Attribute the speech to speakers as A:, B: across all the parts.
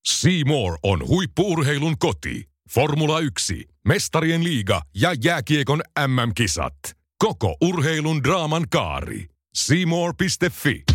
A: C More on huippu-urheilun koti. Formula 1, Mestarien liiga ja jääkiekon MM-kisat. Koko urheilun draaman kaari. C-more.fi.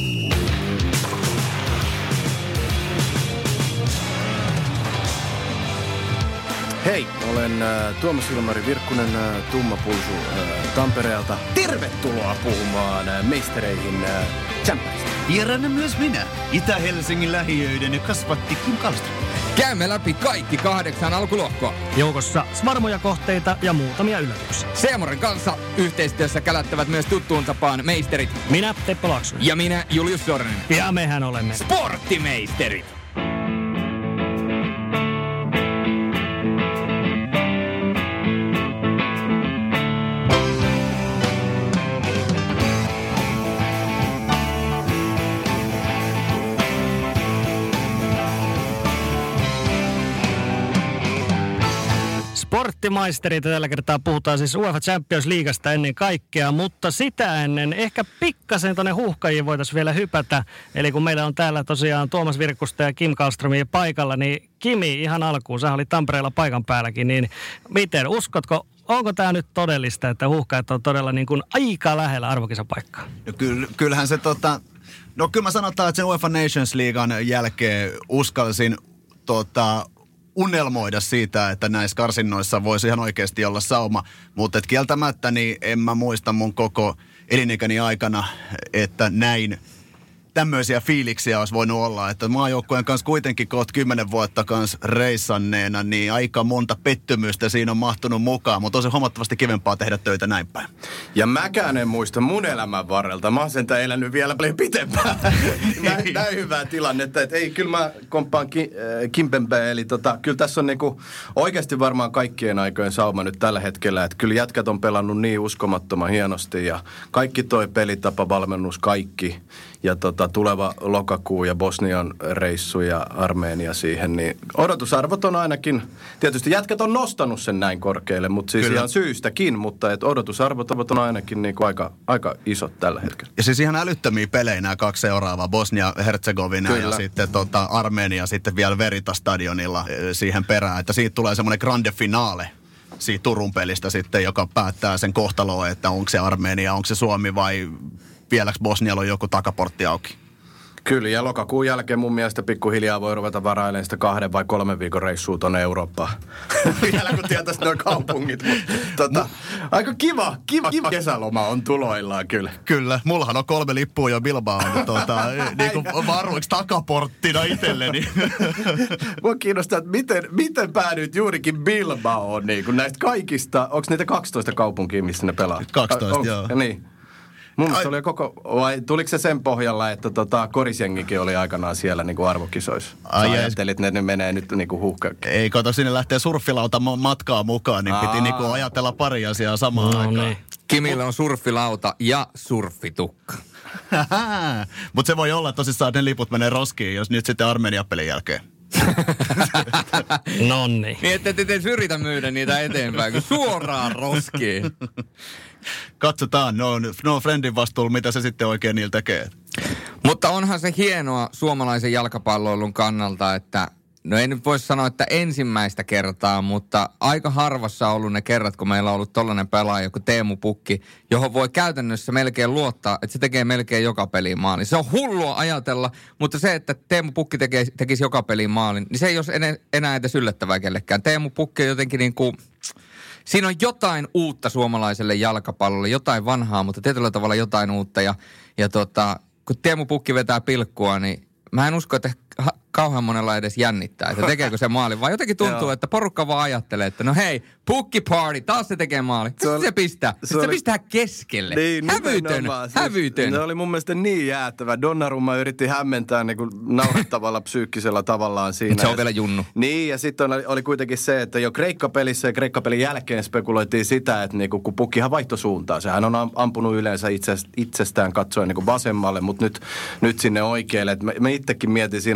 B: Hei, olen Tuomas Ilmari Virkkunen, Tumma Pulsu Tampereelta. Tervetuloa puhumaan meistereihin Champions.
C: Vieraana myös minä, Itä-Helsingin lähiöiden kasvatti Kim Kallström.
D: Käymme läpi kaikki 8 alkulohkoa.
E: Joukossa svarmoja kohteita ja muutamia yllätyksiä.
D: Seemoren kanssa yhteistyössä kälättävät myös tuttuun tapaan meisterit.
E: Minä, Teppo Laaksonen.
D: Ja minä, Julius Sorinen.
E: Ja mehän olemme
D: Sporttimeisterit.
E: Sporttimaisterit. Tällä kertaa puhutaan siis UEFA Champions Leaguesta ennen kaikkea, mutta sitä ennen ehkä pikkasen tuonne huuhkajiin voitaisiin vielä hypätä. Eli kun meillä on täällä tosiaan Tuomas Virkkusta ja Kim Kallströmiä paikalla, niin Kimi ihan alkuun, sä oli Tampereella paikan päälläkin, niin miten, uskotko, onko tämä nyt todellista, että huuhkajat on todella niin kuin aika lähellä arvokisapaikkaa?
C: No kyllähän se no kyllä mä sanotaan, että sen UEFA Nations Leaguean jälkeen uskalsin unelmoida siitä, että näissä karsinnoissa voisi ihan oikeasti olla sauma. Mutta kieltämättä niin en mä muista mun koko elinikäni aikana, että näin tämmöisiä fiiliksiä olisi voinut olla. Että maajoukkueen kanssa kuitenkin kohta 10 vuotta kanssa reissanneena, niin aika monta pettymystä siinä on mahtunut mukaan. Mutta on se huomattavasti kivempaa tehdä töitä näin päin.
B: Ja mäkään en muista mun elämän varrelta. Mä oon sentään elänyt vielä paljon pitempään. näin hyvää tilannetta. Että ei, kyllä mä komppaan Kimpempeä. Eli kyllä tässä on niinku oikeasti varmaan kaikkien aikojen sauma nyt tällä hetkellä. Että kyllä jätkät on pelannut niin uskomattoman hienosti. Ja kaikki toi pelitapa, valmennus, kaikki. Ja tuleva lokakuu ja Bosnian reissu ja Armeenia siihen, niin odotusarvot on ainakin, tietysti jätkät on nostanut sen näin korkealle, mutta siis ihan syystäkin, mutta odotusarvot on ainakin niin kuin aika isot tällä hetkellä.
C: Ja siis ihan älyttömiä pelejä nämä 2 seuraavaa, Bosnia-Herzegovina ja sitten Armenia sitten vielä Veritas-stadionilla siihen perään, että siitä tulee semmoinen grande finale siitä Turun pelistä sitten, joka päättää sen kohtaloa, että onko se Armenia, onko se Suomi vai vieläks Bosnialla on joku takaportti auki?
B: Kyllä, ja lokakuun jälkeen mun mielestä pikkuhiljaa voi ruveta varailemaan sitä 2 vai 3 viikon reissua tuonne Eurooppaan. Vielä kun tietäisi nuo kaupungit. Aika kiva kesäloma on tuloillaan kyllä.
C: Kyllä, mullahan on 3 lippua jo Bilbaoon, niin kuin varuiksi takaporttina itselleni.
B: Mua kiinnostaa, että miten päädyit juurikin Bilbaoon, niin kuin näistä kaikista, onko niitä 12 kaupunkia, missä ne pelaa?
C: 12, joo.
B: Niin. Mun mielestä oli vai tuliko se sen pohjalla, että korisjengikin oli aikanaan siellä niin kuin arvokisoissa? Ajattelit, että ne menee nyt niin kuin huuhka.
C: Ei, kato, sinne lähtee surffilauta matkaa mukaan, niin piti niin kuin ajatella pari asiaa samaan aikaan. Niin.
D: Kimillä on surffilauta ja surfitukka.
C: Mutta se voi olla tosissaan, että ne liput menee roskiin, jos nyt sitten Armenia-pelin jälkeen.
D: Nonni. Niin, että te yritä myydä niitä eteenpäin, kun suoraan roskiin.
C: Katsotaan, no friendin vastuulla, mitä se sitten oikein niillä tekee.
D: Mutta onhan se hienoa suomalaisen jalkapalloilun kannalta, että no ei nyt voi sanoa, että ensimmäistä kertaa, mutta aika harvassa on ollut ne kerrat, kun meillä on ollut tollainen pelaaja kuin Teemu Pukki, johon voi käytännössä melkein luottaa, että se tekee melkein joka peliin maalin. Se on hullua ajatella, mutta se, että Teemu Pukki tekisi joka peliin maalin, niin se ei ole enää edes yllättävää kellekään. Teemu Pukki on jotenkin niin kuin, siinä on jotain uutta suomalaiselle jalkapallolle, jotain vanhaa, mutta tietyllä tavalla jotain uutta. Ja kun Teemu Pukki vetää pilkkua, niin mä en usko, että kauhean monella edes jännittää, että tekeekö se maali. Vaan jotenkin tuntuu, että porukka vaan ajattelee, että no hei, Pukki party, taas se tekee maali. Se pistää. Se pistää keskelle.
B: Niin,
D: hävytön.
B: Se oli mun mielestä niin jäättävä. Donnarumma yritti hämmentää niin kuin naurettavalla psyykkisellä tavallaan siinä.
D: Se on vielä junnu.
B: Niin, ja sitten oli kuitenkin se, että jo Kreikka-pelissä ja Kreikka-pelin jälkeen spekuloitiin sitä, että niin kun Pukkihan vaihtoi suuntaan. Sehän on ampunut yleensä itsestään katsoen niin kuin vasemmalle, mutta nyt sinne oikealle. Et mä itsekin mietin siinä, kun katsoin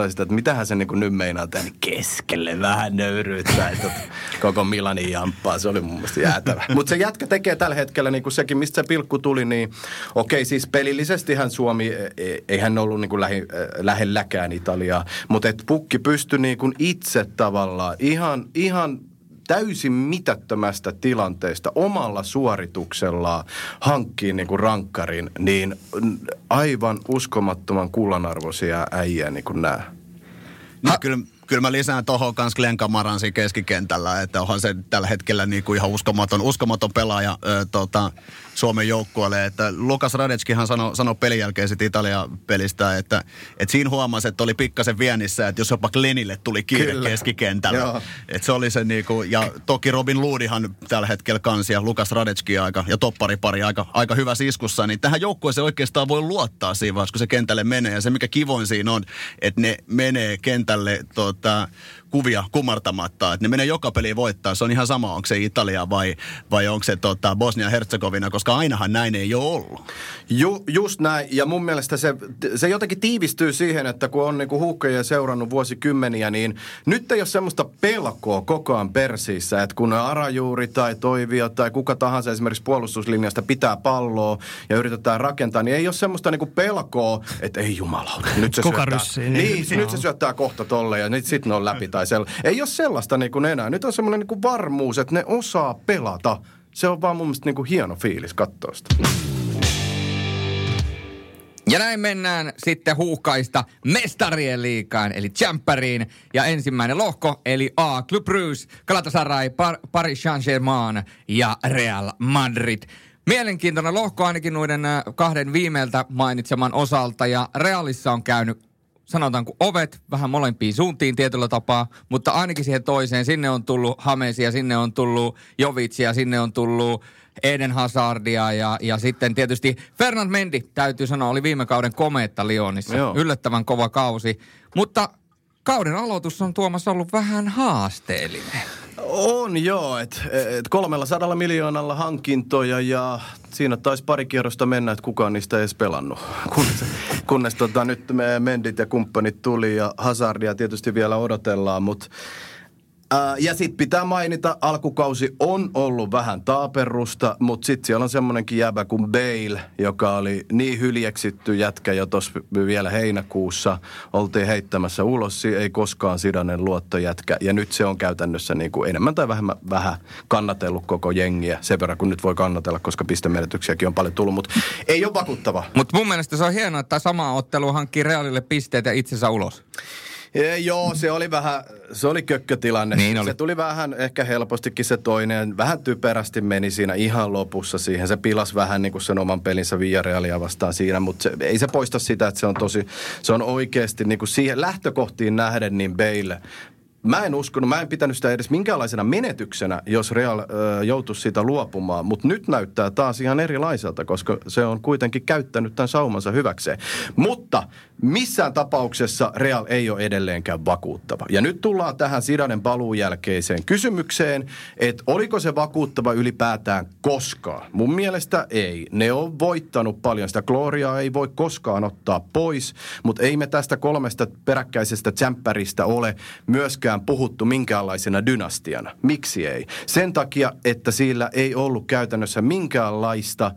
B: katsoin sitä, että mitähän se niin kuin nyt meinaa tehdä, niin keskelle vähän nöyryyttää, että koko Milanin jamppaa. Se oli mun mielestä jäätävä. Mutta se jätkä tekee tällä hetkellä niin kuin sekin, mistä se pilkku tuli, niin okei, siis pelillisestihän Suomi, eihän ollut niin kuin lähelläkään Italiaa, mutta et pukki pystyi niin kuin itse tavallaan ihan täysin mitättömästä tilanteesta omalla suorituksellaan hankkiin niin kuin rankkarin, niin aivan uskomattoman kullanarvoisia äijää niin kuin nämä.
C: Kyllä mä lisään tohon kans Glenn Kamaran siinä keskikentällä, että onhan se tällä hetkellä niinku ihan uskomaton pelaaja Suomen joukkueelle. Että Lukas Radeckihan sanoi pelin jälkeen sit Italia-pelistä, että siinä huomasi, että oli pikkasen viennissä, että jos jopa Glennille tuli kiire keskikentällä. Että se oli se niinku, ja toki Robin Loodihan tällä hetkellä kans ja Lukas Radecki ja topparipari aika hyvä iskussa, niin tähän joukkueeseen oikeastaan voi luottaa siinä vaiheessa, kun se kentälle menee. Ja se mikä kivoin siinä on, että ne menee kentälle kuvia kumartamatta, että ne menee joka peliin voittaa. Se on ihan sama, onko se Italia vai onko se Bosnia-Herzegovina, koska ainahan näin ei ole ollut.
B: Just näin, ja mun mielestä se jotenkin tiivistyy siihen, että kun on niinku huuhkajia seurannut vuosikymmeniä, niin nyt ei ole semmoista pelkoa koko ajan persiissä, että kun Arajuuri tai Toivio tai kuka tahansa esimerkiksi puolustuslinjasta pitää palloa ja yritetään rakentaa, niin ei ole semmoista niinku pelkoa, että ei jumalauta, nyt se syöttää. Nyt se syöttää kohta tolle ja sitten ne on läpi tai ei ole sellaista niin kuin enää. Nyt on semmoinen niin kuin varmuus, että ne osaa pelata. Se on vaan mun mielestä niin kuin hieno fiilis katsoa sitä.
D: Ja näin mennään sitten huuhkaista mestarien liigaan, eli Championiin. Ja ensimmäinen lohko, eli A, Club Brugge, Galatasaray, Paris Saint-Germain ja Real Madrid. Mielenkiintoinen lohko ainakin noiden kahden viimeiltä mainitseman osalta. Ja Realissa on käynyt, sanotaanko ovet vähän molempiin suuntiin tietyllä tapaa, mutta ainakin siihen toiseen. Sinne on tullut Hamesia, sinne on tullut Jovitsia, sinne on tullut Eden Hazardia ja sitten tietysti Fernand Mendy, täytyy sanoa, oli viime kauden komeetta Lyonissa. Joo. Yllättävän kova kausi, mutta kauden aloitus on Tuomas ollut vähän haasteellinen.
B: On joo, että 300 miljoonalla hankintoja ja siinä taisi pari kierrosta mennä, että kukaan niistä ei edes pelannut. Kunnes nyt Mendit ja kumppanit tuli ja Hazardia tietysti vielä odotellaan, mutta ja sitten pitää mainita, alkukausi on ollut vähän taaperrusta, mutta sitten siellä on semmoinenkin jäbä kuin Bale, joka oli niin hyljeksitty jätkä jo tuossa vielä heinäkuussa. Oltiin heittämässä ulos, ei koskaan Zidanen luottojätkä. Ja nyt se on käytännössä niin kuin enemmän tai vähän kannatellut koko jengiä. Sen verran, kun nyt voi kannatella, koska pistemenetyksiäkin on paljon tullut, mutta ei ole vakuuttava.
D: Mutta mun mielestä se on hienoa, että sama ottelu hankkii Realille pisteet ja itsensä ulos.
B: Joo, se oli kökkötilanne.
D: Niin oli.
B: Se tuli vähän ehkä helpostikin se toinen. Vähän typerästi meni siinä ihan lopussa siihen. Se pilasi vähän niin kuin sen oman pelinsä Villarealia vastaan siinä, mutta ei se poista sitä, että se on oikeasti niin kuin siihen lähtökohtiin nähden niin Bale. Mä en pitänyt sitä edes minkäänlaisena menetyksenä, jos Real joutuisi siitä luopumaan, mutta nyt näyttää taas ihan erilaiselta, koska se on kuitenkin käyttänyt tämän saumansa hyväkseen. Mutta missään tapauksessa Real ei ole edelleenkään vakuuttava. Ja nyt tullaan tähän Zidanen paluun jälkeiseen kysymykseen, että oliko se vakuuttava ylipäätään koskaan? Mun mielestä ei. Ne on voittanut paljon. Sitä gloriaa ei voi koskaan ottaa pois, mutta ei me tästä 3 peräkkäisestä tsempäristä ole myöskään puhuttu minkäänlaisena dynastiana. Miksi ei? Sen takia, että sillä ei ollut käytännössä minkäänlaista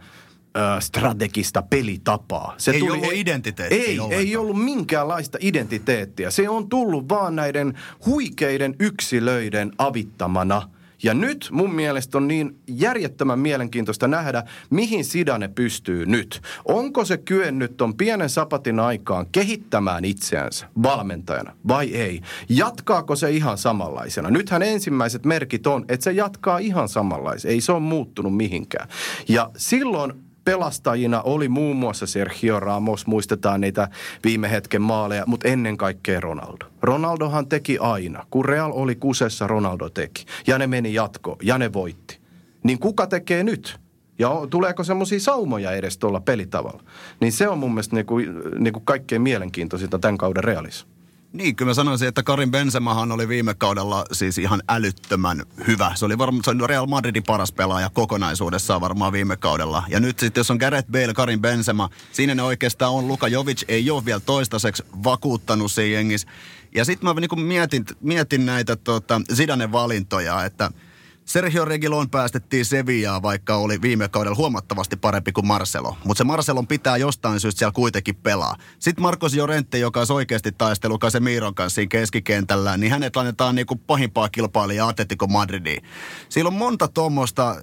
B: strategista pelitapaa. Se
C: ei ollut identiteettiä.
B: Ei ollut minkäänlaista identiteettiä. Se on tullut vaan näiden huikeiden yksilöiden avittamana. Ja nyt mun mielestä on niin järjettömän mielenkiintoista nähdä, mihin Zidane pystyy nyt. Onko se kyennyt ton pienen sapatin aikaan kehittämään itseänsä valmentajana vai ei? Jatkaako se ihan samanlaisena? Nythän ensimmäiset merkit on, että se jatkaa ihan samanlaisena. Ei se ole muuttunut mihinkään. Ja silloin pelastajina oli muun muassa Sergio Ramos, muistetaan niitä viime hetken maaleja, mutta ennen kaikkea Ronaldo. Ronaldohan teki aina. Kun Real oli kusessa, Ronaldo teki. Ja ne meni jatkoon, ja ne voitti. Niin kuka tekee nyt? Ja tuleeko semmoisia saumoja edes tuolla pelitavalla? Niin se on mun mielestä niinku kaikkein mielenkiintoisinta tämän kauden Realissa.
C: Niin, kyllä mä sanoisin, että Karim Benzemahan oli viime kaudella siis ihan älyttömän hyvä. Se oli Real Madridin paras pelaaja kokonaisuudessaan varmaan viime kaudella. Ja nyt sitten, jos on Gareth Bale, Karim Benzema, siinä ne oikeastaan on. Luka Jovic ei ole vielä toistaiseksi vakuuttanut siinä jengissä. Ja sitten mä niin mietin näitä Zidanen valintoja, että Sergio Reguilón päästettiin Sevillaan, vaikka oli viime kaudella huomattavasti parempi kuin Marcelo. Mutta se Marcelon pitää jostain syystä siellä kuitenkin pelaa. Sitten Marcos Llorente, joka olisi oikeasti taistelu Casemiron kanssa siinä keskikentällä, niin hänet laitetaan niinku pahimpaa kilpailijaa Atletico Madridiin. Siellä on monta tuommoista.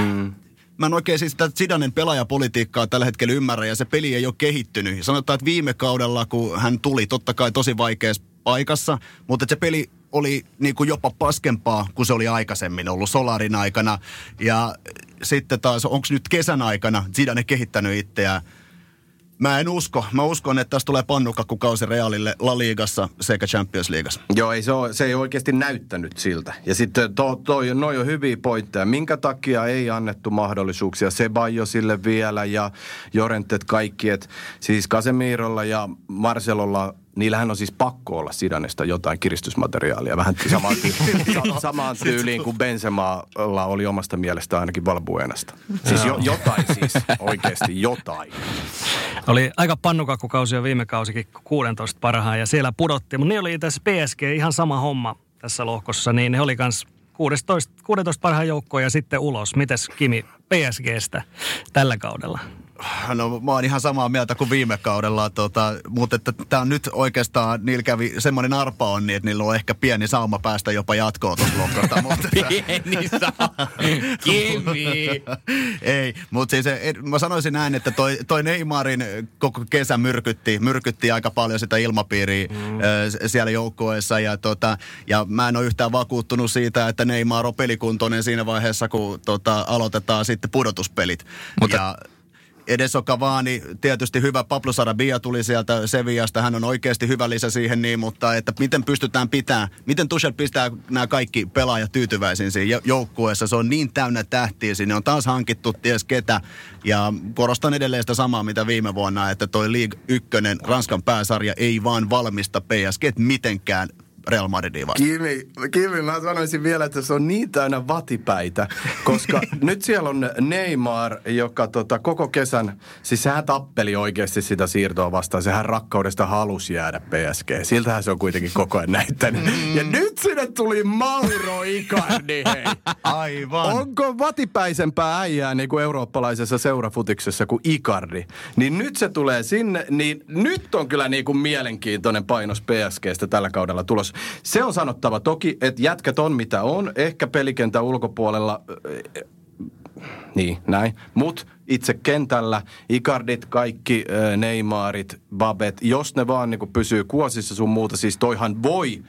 C: Mä en oikein siis sitä Zidanen pelaajapolitiikkaa tällä hetkellä ymmärrä, ja se peli ei ole kehittynyt. Sanotaan, että viime kaudella, kun hän tuli, totta kai tosi vaikeassa paikassa, mutta se peli oli niin kuin jopa paskempaa kuin se oli aikaisemmin ollut Solarin aikana. Ja sitten taas, onko nyt kesän aikana Zidane kehittänyt itseään? Mä en usko. Mä uskon, että tästä tulee pannukakkukausi Realille La Ligassa sekä Champions Leagueassa.
B: Joo, se ei oikeasti näyttänyt siltä. Ja sitten noi on hyviä pointteja. Minkä takia ei annettu mahdollisuuksia Sebajosille vielä ja Llorentet kaikki. Siis Casemirolla ja Marcelolla, niillähän on siis pakko olla Zidanesta jotain kiristysmateriaalia. Vähän samaan tyyliin kuin Benzemalla oli omasta mielestä ainakin Valbuenasta. Siis jotain siis, oikeasti jotain.
E: Oli aika pannukakkukausi jo viime kausikin 16 parhaan ja siellä pudottiin. Mutta niin oli tässä PSG ihan sama homma tässä lohkossa. Niin ne oli kans 16 parhaan joukkoon ja sitten ulos. Mites Kimi PSGstä tällä kaudella?
C: No mä oon ihan samaa mieltä kuin viime kaudella, mutta että tää on nyt oikeastaan, niillä kävi semmoinen arpa onni, että niillä on ehkä pieni sauma päästä jopa jatkoon tuossa lohkosta.
D: Pieni sauma, Kimi!
C: Ei, mutta siis mä sanoisin näin, että toi Neymarin koko kesä myrkytti aika paljon sitä ilmapiiriä siellä joukkueessa ja mä en ole yhtään vakuuttunut siitä, että Neymar on pelikuntoinen siinä vaiheessa, kun aloitetaan sitten pudotuspelit. Ja Edison Cavani, tietysti hyvä. Pablo Sarabia tuli sieltä Sevillasta. Hän on oikeasti hyvä lisä siihen niin, mutta että miten Tuchel pistää nämä kaikki pelaajat tyytyväisiin siinä joukkueessa. Se on niin täynnä tähtiä. Sinne on taas hankittu ties ketä. Ja korostan edelleen sitä samaa, mitä viime vuonna, että toi Ligue 1, Ranskan pääsarja, ei vaan valmista PSG mitenkään Real Madridiin vastaan.
B: Kimi, mä sanoisin vielä, että se on niin täynnä vatipäitä, koska nyt siellä on Neymar, joka koko kesän, siis sehän tappeli oikeasti sitä siirtoa vastaan, sehän rakkaudesta halusi jäädä PSG. Siltähän se on kuitenkin koko ajan näyttänyt. Ja nyt sinne tuli Mauro Icardi, hei.
C: Aivan.
B: Onko vatipäisempää äijää niin kuin eurooppalaisessa seurafutiksessa kuin Icardi? Niin nyt se tulee sinne, niin nyt on kyllä niin kuin mielenkiintoinen painos PSGstä tällä kaudella tulos. Se on sanottava toki, että jätkät on mitä on, ehkä pelikentän ulkopuolella, niin näin, mutta itse kentällä Icardit, kaikki Neymarit, Babet, jos ne vaan niin pysyy kuosissa sun muuta, siis toihan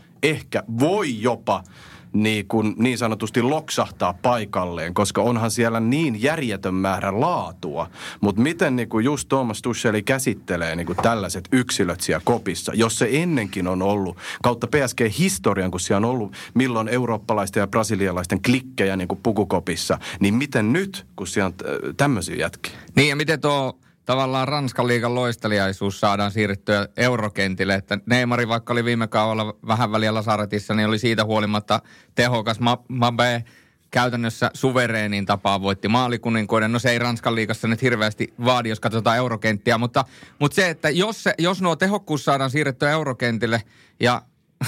B: voi jopa niin sanotusti loksahtaa paikalleen, koska onhan siellä niin järjetön määrä laatua. Mutta miten niin kuin just Thomas Tuchel käsittelee niin kuin tällaiset yksilöt siellä kopissa, jos se ennenkin on ollut kautta PSG-historian, kun siellä on ollut milloin eurooppalaisten ja brasilialaisten klikkejä niin kuin pukukopissa, niin miten nyt, kun siellä on tämmöisiä jätkiä?
D: Niin ja miten tuo tavallaan Ranskan liigan loisteliaisuus saadaan siirrettyä eurokentille, että Neymari vaikka oli viime kaudella vähän väliä lasaretissa, niin oli siitä huolimatta tehokas. Mbappé käytännössä suvereenin tapaa voitti maalikuninkuuden. No se ei Ranskan liigassa nyt hirveästi vaadi, jos katsotaan eurokenttiä, mutta se, että jos nuo tehokkuus saadaan siirrettyä eurokentille ja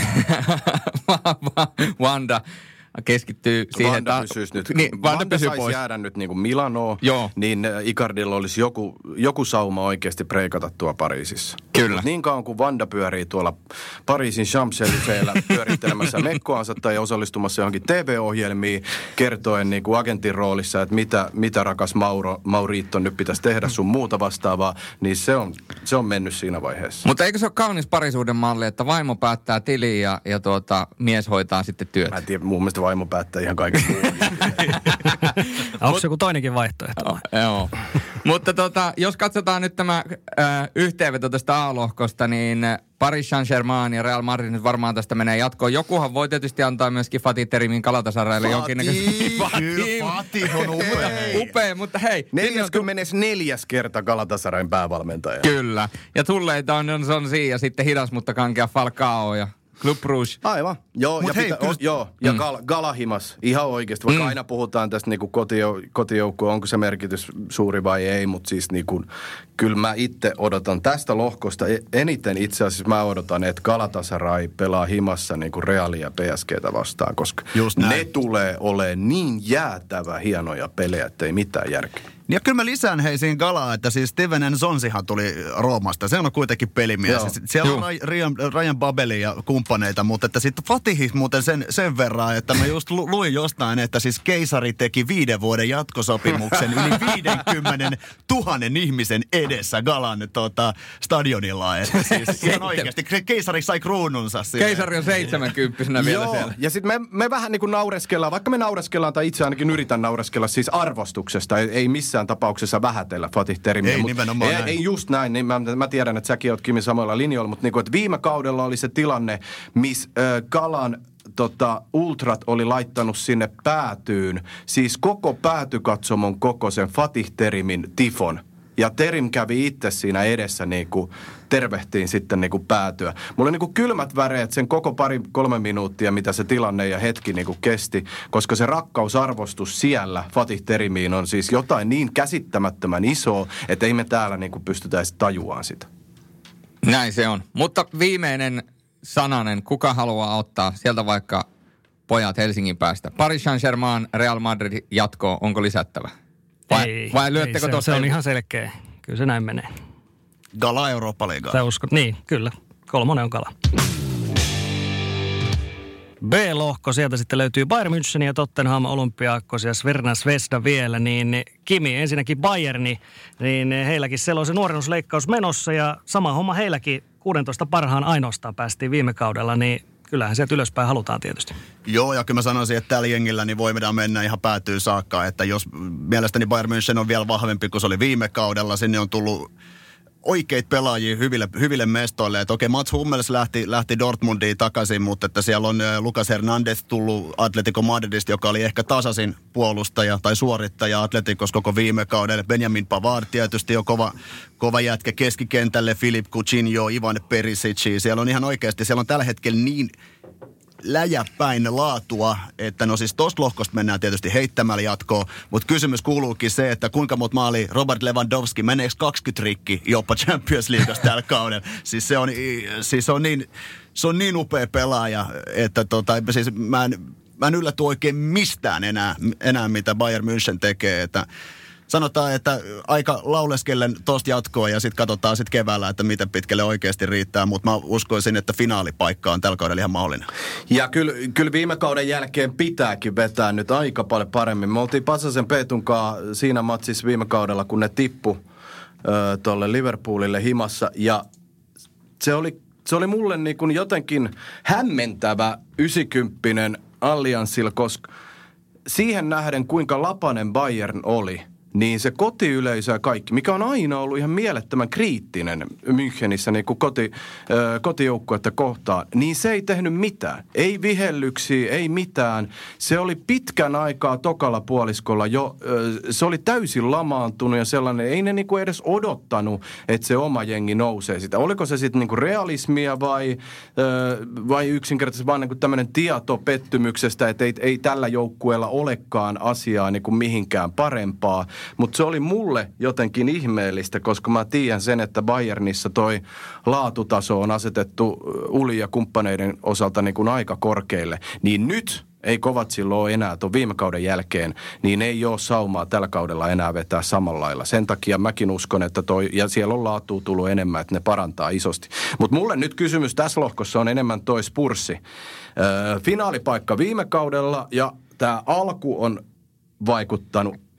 D: Wanda keskittyy siihen.
B: Vanda pysyisi nyt.
D: Niin,
B: Vanda saisi jäädä nyt niin kuin Milanoon, niin Icardilla olisi joku sauma oikeasti preikata tuo Pariisissa.
D: Kyllä.
B: Mut niin kauan kuin Vanda pyörii tuolla Pariisin Champs-Élysées'llä pyörittelemässä mekkoansa tai osallistumassa johonkin TV-ohjelmiin, kertoen niin kuin agentin roolissa, että mitä rakas Maurito nyt pitäisi tehdä sun muuta vastaavaa, niin se on mennyt siinä vaiheessa.
D: Mutta eikö se ole kaunis parisuuden malli, että vaimo päättää tiliin ja mies hoitaa sitten työt?
B: Mä en tiedä, mun mielestä vaimo päättää ihan kaiken.
E: Onko se joku toinenkin vaihtoehto?
D: Joo. Mutta jos katsotaan nyt tämä yhteenveto tästä A-lohkosta, niin Paris Saint-Germain ja Real Madrid nyt varmaan tästä menee jatkoon. Jokuhan voi tietysti antaa myöskin Fatih Terimin Galatasaraylle jonkinnäköisen.
C: Fatih on upea.
D: Upea, mutta hei.
B: 44. kerta Galatasarayn päävalmentaja.
D: Kyllä. Ja tulleita on Sonsi ja sitten hidas, mutta kankea Falcao ja Club Rouge.
B: Aivan. Joo,
C: mut
B: ja Galahimas. Ihan oikeasti. Vaikka aina puhutaan tästä niinku kotijoukkoa, onko se merkitys suuri vai ei, mutta siis niinku, kyllä mä itse odotan tästä lohkosta eniten itse asiassa mä odotan, että Galatasaray pelaa himassa niinku Realia ja PSGtä vastaan, koska ne tulee olemaan niin jäätävä hienoja pelejä, ettei mitään järkeä.
C: Ja kyllä mä lisään siinä Galaa, että siis Steven Nsonsihan tuli Roomasta. Se on kuitenkin pelimies. Siellä on Ryan Babeli ja kumppaneita, mutta että sitten Fatih muuten sen verran, että mä just luin jostain, että siis keisari teki 5 vuoden jatkosopimuksen yli 50 000 ihmisen edessä Galan stadionilla. Että siis ihan oikeasti keisari sai kruununsa.
D: Keisari on 70 vielä siellä.
B: Ja sitten me vähän niin kuin naureskellaan, vaikka me naureskellaan tai itse ainakin yritän naureskella siis arvostuksesta, ei missään tapauksessa vähätellä Fatih Terimiä.
C: Ei nimenomaan näin.
B: Ei just näin, niin mä tiedän, että säkin oot Kimi samoilla linjoilla, mutta niin että viime kaudella oli se tilanne, missä Galan ultrat oli laittanut sinne päätyyn, siis koko päätykatsomon kokoisen Fatih Terimin tifon. Ja Terim kävi itse siinä edessä niinku, tervehtiin sitten niinku päätyä. Mulla on niinku kylmät väreet sen koko 2-3 minuuttia, mitä se tilanne ja hetki niinku kesti, koska se rakkausarvostus siellä Fatih Terimiin on siis jotain niin käsittämättömän isoa, että ei me täällä niinku pystytä edes tajuaan sitä.
D: Näin se on. Mutta viimeinen sananen, kuka haluaa ottaa sieltä vaikka pojat Helsingin päästä? Paris Saint-Germain, Real Madrid jatkoon, onko lisättävä? Vai lyöttekö tuosta?
E: Se on ihan selkeä. Kyllä se näin menee.
C: Gala Eurooppa-liigaa.
E: Sä uskot? Niin, kyllä. 3 on Gala. B-lohko, sieltä sitten löytyy Bayern München ja Tottenham, Olympiakos ja Sverna Zvezda vielä. Niin Kimi, ensinnäkin Bayerni, niin heilläkin siellä on se nuorennusleikkaus menossa ja sama homma heilläkin 16 parhaan ainoastaan päästiin viime kaudella, niin kyllähän sieltä ylöspäin halutaan tietysti. Joo,
C: ja kyllä mä sanoisin, että tällä jengillä niin voidaan mennä ihan päätyyn saakka, että jos mielestäni Bayern München on vielä vahvempi kuin se oli viime kaudella, sinne on tullut oikeita pelaajia hyville mestoille. Että okei, Mats Hummels lähti Dortmundiin takaisin, mutta että siellä on Lucas Hernandez tullut Atletico Madridista, joka oli ehkä tasaisin puolustaja tai suorittaja Atleticos koko viime kaudelle. Benjamin Pavard tietysti on kova jätkä keskikentälle, Filip Coutinho, Ivan Perisic. Siellä on ihan oikeasti, siellä on tällä hetkellä niin läjäpäin laatua, että no siis tosta lohkosta mennään tietysti heittämällä jatkoon, mutta kysymys kuuluukin se, että kuinka monta maali Robert Lewandowski, meneekö 20 rikki jopa Champions Leagueassa tällä kaudella? Siis se on niin upea pelaaja, että siis mä en ylläty oikein mistään enää mitä Bayern München tekee, että sanotaan, että aika lauleskellen tosta jatkoa ja sitten katsotaan sitten keväällä, että miten pitkälle oikeasti riittää, mutta mä uskoisin, että finaalipaikka on tällä kaudella ihan mahdollinen. Ja
B: kyllä viime kauden jälkeen pitääkin vetää nyt aika paljon paremmin. Me oltiin Pasasen Peetunkaan siinä matsissa viime kaudella, kun ne tippu tuolle Liverpoolille himassa ja se oli mulle niin kuin jotenkin hämmentävä 90 Allianssilla, koska siihen nähden kuinka lapanen Bayern oli, niin se kotiyleisö ja kaikki, mikä on aina ollut ihan mielettömän kriittinen Münchenissä niin kuin kotijoukkuetta kohtaan, niin se ei tehnyt mitään. Ei vihellyksiä, ei mitään. Se oli pitkän aikaa tokalla puoliskolla jo, se oli täysin lamaantunut ja sellainen, ei ne niin kuin edes odottanut, että se oma jengi nousee sitä. Oliko se sitten niin kuin realismia vai yksinkertaisesti vaan niin kuin tämmöinen tieto pettymyksestä, että ei tällä joukkueella olekaan asiaa niin kuin mihinkään parempaa. Mutta se oli mulle jotenkin ihmeellistä, koska mä tiedän sen, että Bayernissa toi laatutaso on asetettu Uli ja kumppaneiden osalta niin kuin aika korkeille. Niin nyt ei kovat silloin ole enää tuon viime kauden jälkeen, niin ei ole saumaa tällä kaudella enää vetää samalla lailla. Sen takia mäkin uskon, että ja siellä on laatua tullut enemmän, että ne parantaa isosti. Mutta mulle nyt kysymys tässä lohkossa on enemmän toi Spurssi. Finaalipaikka viime kaudella ja tämä alku on vaikuttanut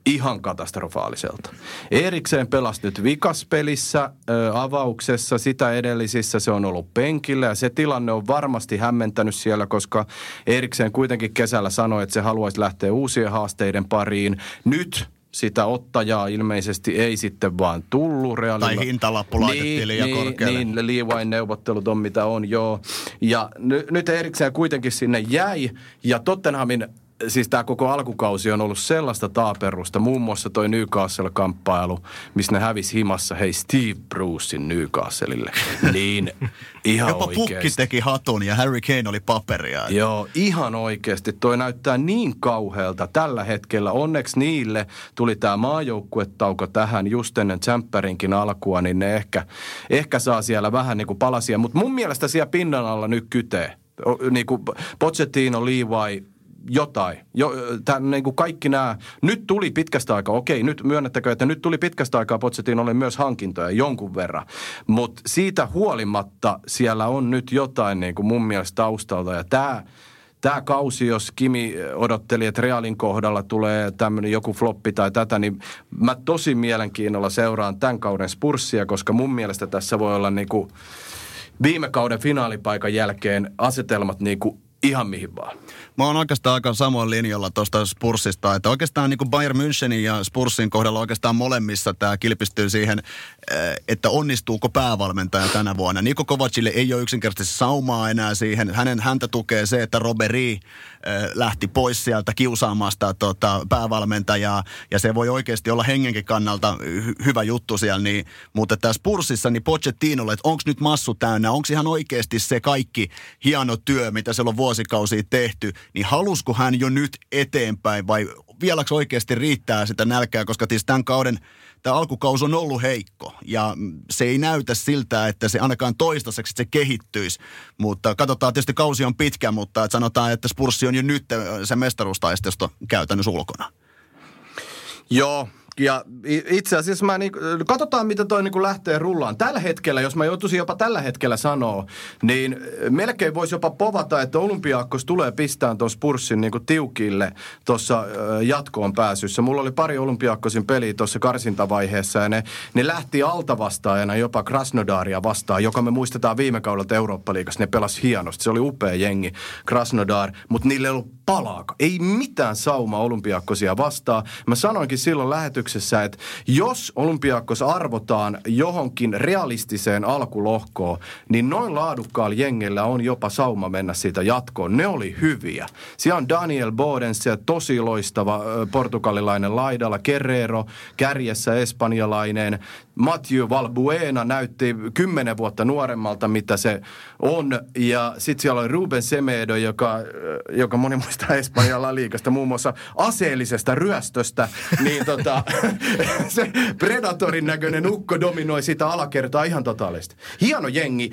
B: ihan katastrofaaliselta. Eriksen pelasi nyt vikaspelissä, avauksessa, sitä edellisissä se on ollut penkillä ja se tilanne on varmasti hämmentänyt siellä, koska Eriksen kuitenkin kesällä sanoi, että se haluaisi lähteä uusien haasteiden pariin. Nyt sitä ottajaa ilmeisesti ei sitten vaan tullut Realilla.
C: Tai hintalappu laitettiin liian korkealle.
B: Niin, Leewine neuvottelut on mitä on, joo. Ja nyt Eriksen kuitenkin sinne jäi ja Tottenhamin siis tämä koko alkukausi on ollut sellaista taaperusta, muun muassa toi Newcastle-kamppailu, missä ne hävisi himassa, hei Steve Brucein Newcastlelle. Niin, ihan
C: jopa
B: oikeasti.
C: Pukki teki hatun ja Harry Kane oli paperia.
B: Joo, ihan oikeasti. Toi näyttää niin kauhealta tällä hetkellä. Onneksi niille tuli tämä maajoukkuetauko tähän just ennen Tsemppärinkin alkua, niin ne ehkä saa siellä vähän niin kuin palasia. Mutta mun mielestä siellä pinnan alla nyt kytee. Niin kuin Pochettino, Levi, jotain. Niin kuin kaikki nämä. Nyt tuli pitkästä aikaa, okei, nyt myönnettäkö, että nyt tuli pitkästä aikaa Pochettinolle myös hankintoja jonkun verran. Mutta siitä huolimatta siellä on nyt jotain niin kuin mun mielestä taustalta. Ja tämä kausi, jos Kimi odotteli, että Realin kohdalla tulee tämmöinen joku floppi tai tätä, niin mä tosi mielenkiinnolla seuraan tämän kauden Spursia, koska mun mielestä tässä voi olla niin kuin viime kauden finaalipaikan jälkeen asetelmat niin kuin ihan mihin vaan.
C: Mä oon oikeastaan aika samoin linjalla tuosta Spursista, että oikeastaan niin kuin Bayern Münchenin ja Spursin kohdalla oikeastaan molemmissa tämä kilpistyy siihen, että onnistuuko päävalmentaja tänä vuonna. Niko Kovacille ei ole yksinkertaisesti saumaa enää siihen. Häntä tukee se, että Roberi lähti pois sieltä kiusaamasta päävalmentajaa, ja se voi oikeasti olla hengenkin kannalta hyvä juttu siellä. Niin, mutta tässä Spursissa, niin Pochettinolle, että onko nyt massu täynnä, onko ihan oikeasti se kaikki hieno työ, mitä siellä on vuosikausia tehty, niin halusko hän jo nyt eteenpäin vai vieläkö oikeasti riittää sitä nälkää, koska tämän kauden tämä alkukausi on ollut heikko ja se ei näytä siltä, että se ainakaan toistaiseksi se kehittyisi, mutta katsotaan, tietysti kausi on pitkä, mutta sanotaan, että Spurssi on jo nyt se mestaruustaistelusta käytännössä ulkona.
B: Joo. Ja itse asiassa katsotaan, mitä toi niin lähtee rullaan. Tällä hetkellä, jos mä joutuisin jopa tällä hetkellä sanoa, niin melkein voisi jopa povata, että Olympiakos tulee pistään tuon Spurssin niin tiukille tuossa jatkoon pääsyssä. Mulla oli pari Olympiakosin peliä tuossa karsintavaiheessa ja ne lähti altavastaajana jopa Krasnodaria vastaan, joka me muistetaan viime kaudelta Eurooppa-liigassa. Ne pelasi hienosti. Se oli upea jengi, Krasnodar, mutta niille ei ollut palaakaan. Ei mitään saumaa Olympiakosia vastaan. Mä sanoinkin silloin lähetyksessä, että jos Olympiakos arvotaan johonkin realistiseen alkulohkoon, niin noin laadukkaalla jengellä on jopa sauma mennä siitä jatkoon. Ne oli hyviä. Siellä on Daniel Bodens, tosi loistava portugalilainen laidalla, Guerrero, kärjessä espanjalainen, Mathieu Valbuena näytti 10 vuotta nuoremmalta, mitä se on. Ja sitten siellä oli Ruben Semedo, joka moni muistaa Espanjalla liigasta, muun muassa aseellisesta ryöstöstä. Niin se Predatorin näköinen ukko dominoi sitä alakertaa ihan totaalisesti. Hieno jengi.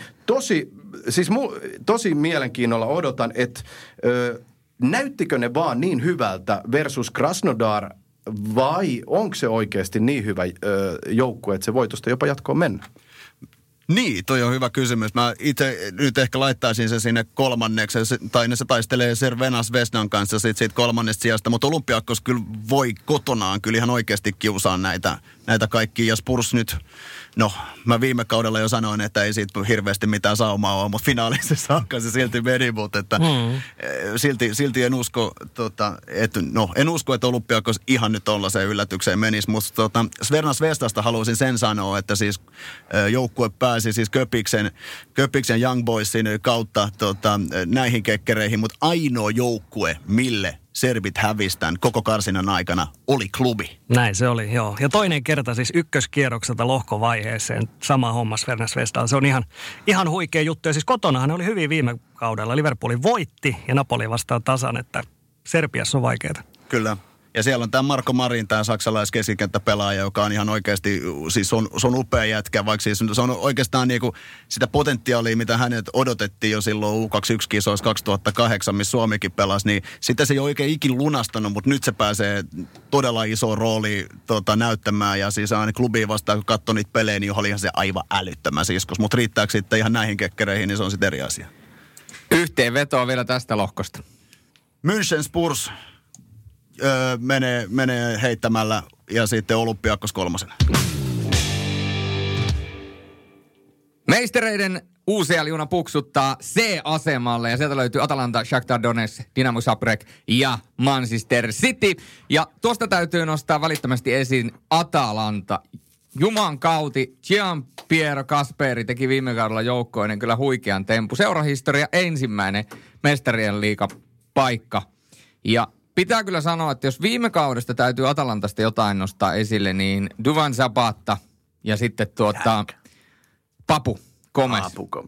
B: Tosi mielenkiinnolla odotan, että näyttikö ne vaan niin hyvältä versus Krasnodar, vai onko se oikeasti niin hyvä joukkue, että se voi tuosta jopa jatkoon mennä?
C: Niin, toi on hyvä kysymys. Mä itse nyt ehkä laittaisin sen sinne kolmanneksi, tai ne se taistelee Cervenas Vesnan kanssa siitä kolmannesta sijasta, mutta Olympiakos kyllä voi kotonaan kyllä ihan oikeasti kiusaa näitä kaikkia, ja Spurs nyt, no mä viime kaudella jo sanoin, että ei siitä hirveästi mitään saumaa ole, mutta finaalissa saakka se silti meni, mutta että silti en usko, en usko, että Olympiakos ihan nyt tollaiseen yllätykseen menisi, mutta Cervenas Vestasta haluaisin sen sanoa, että siis joukkue pääsi siis Köpiksen Young Boysin kautta näihin kekkereihin, mutta ainoa joukkue, mille serbit hävistään koko karsinnan aikana, oli klubi.
E: Näin se oli, joo. Ja toinen kerta siis ykköskierrokselta lohkovaiheeseen sama homma Cervenas Vestaan. Se on ihan huikea juttu. Ja siis kotonahan ne oli hyvin viime kaudella. Liverpoolin voitti ja Napoli vastaan tasan, että Serbiassa on vaikeaa.
C: Kyllä. Ja siellä on tämä Marko Marin, tämä saksalais-keskikenttäpelaaja, joka on ihan oikeasti, siis se on upea jätkä, vaikka siis se on oikeastaan niinku sitä potentiaalia, mitä hänet odotettiin jo silloin U21-kisoissa 2008, missä Suomikin pelasi, niin sitä se ei oikein ikin lunastanut, mutta nyt se pääsee todella iso rooli näyttämään, ja siis aina klubiin vastaan, kun katsoi niitä pelejä, niin oli ihan se aivan älyttömän siskos, mutta riittääkö sitten ihan näihin kekkereihin, niin se on sitten eri asia.
D: Yhteenvetoa vielä tästä lohkosta.
C: München Spurs. menee heittämällä ja sitten Olympiakos 3.
D: Meistereiden UCL-juna puksuttaa C-asemalle ja sieltä löytyy Atalanta, Shakhtar Donetsk, Dinamo Zagreb ja Manchester City. Ja tuosta täytyy nostaa välittömästi esiin Atalanta. Juman kauti Gianpiero Kasperi teki viime kaudella joukkoinen kyllä huikean tempu. Seurahistoria ensimmäinen mestarien liigapaikka. Ja pitää kyllä sanoa, että jos viime kaudesta täytyy Atalantasta jotain nostaa esille, niin Duvan Zapata ja sitten Papu Gomez.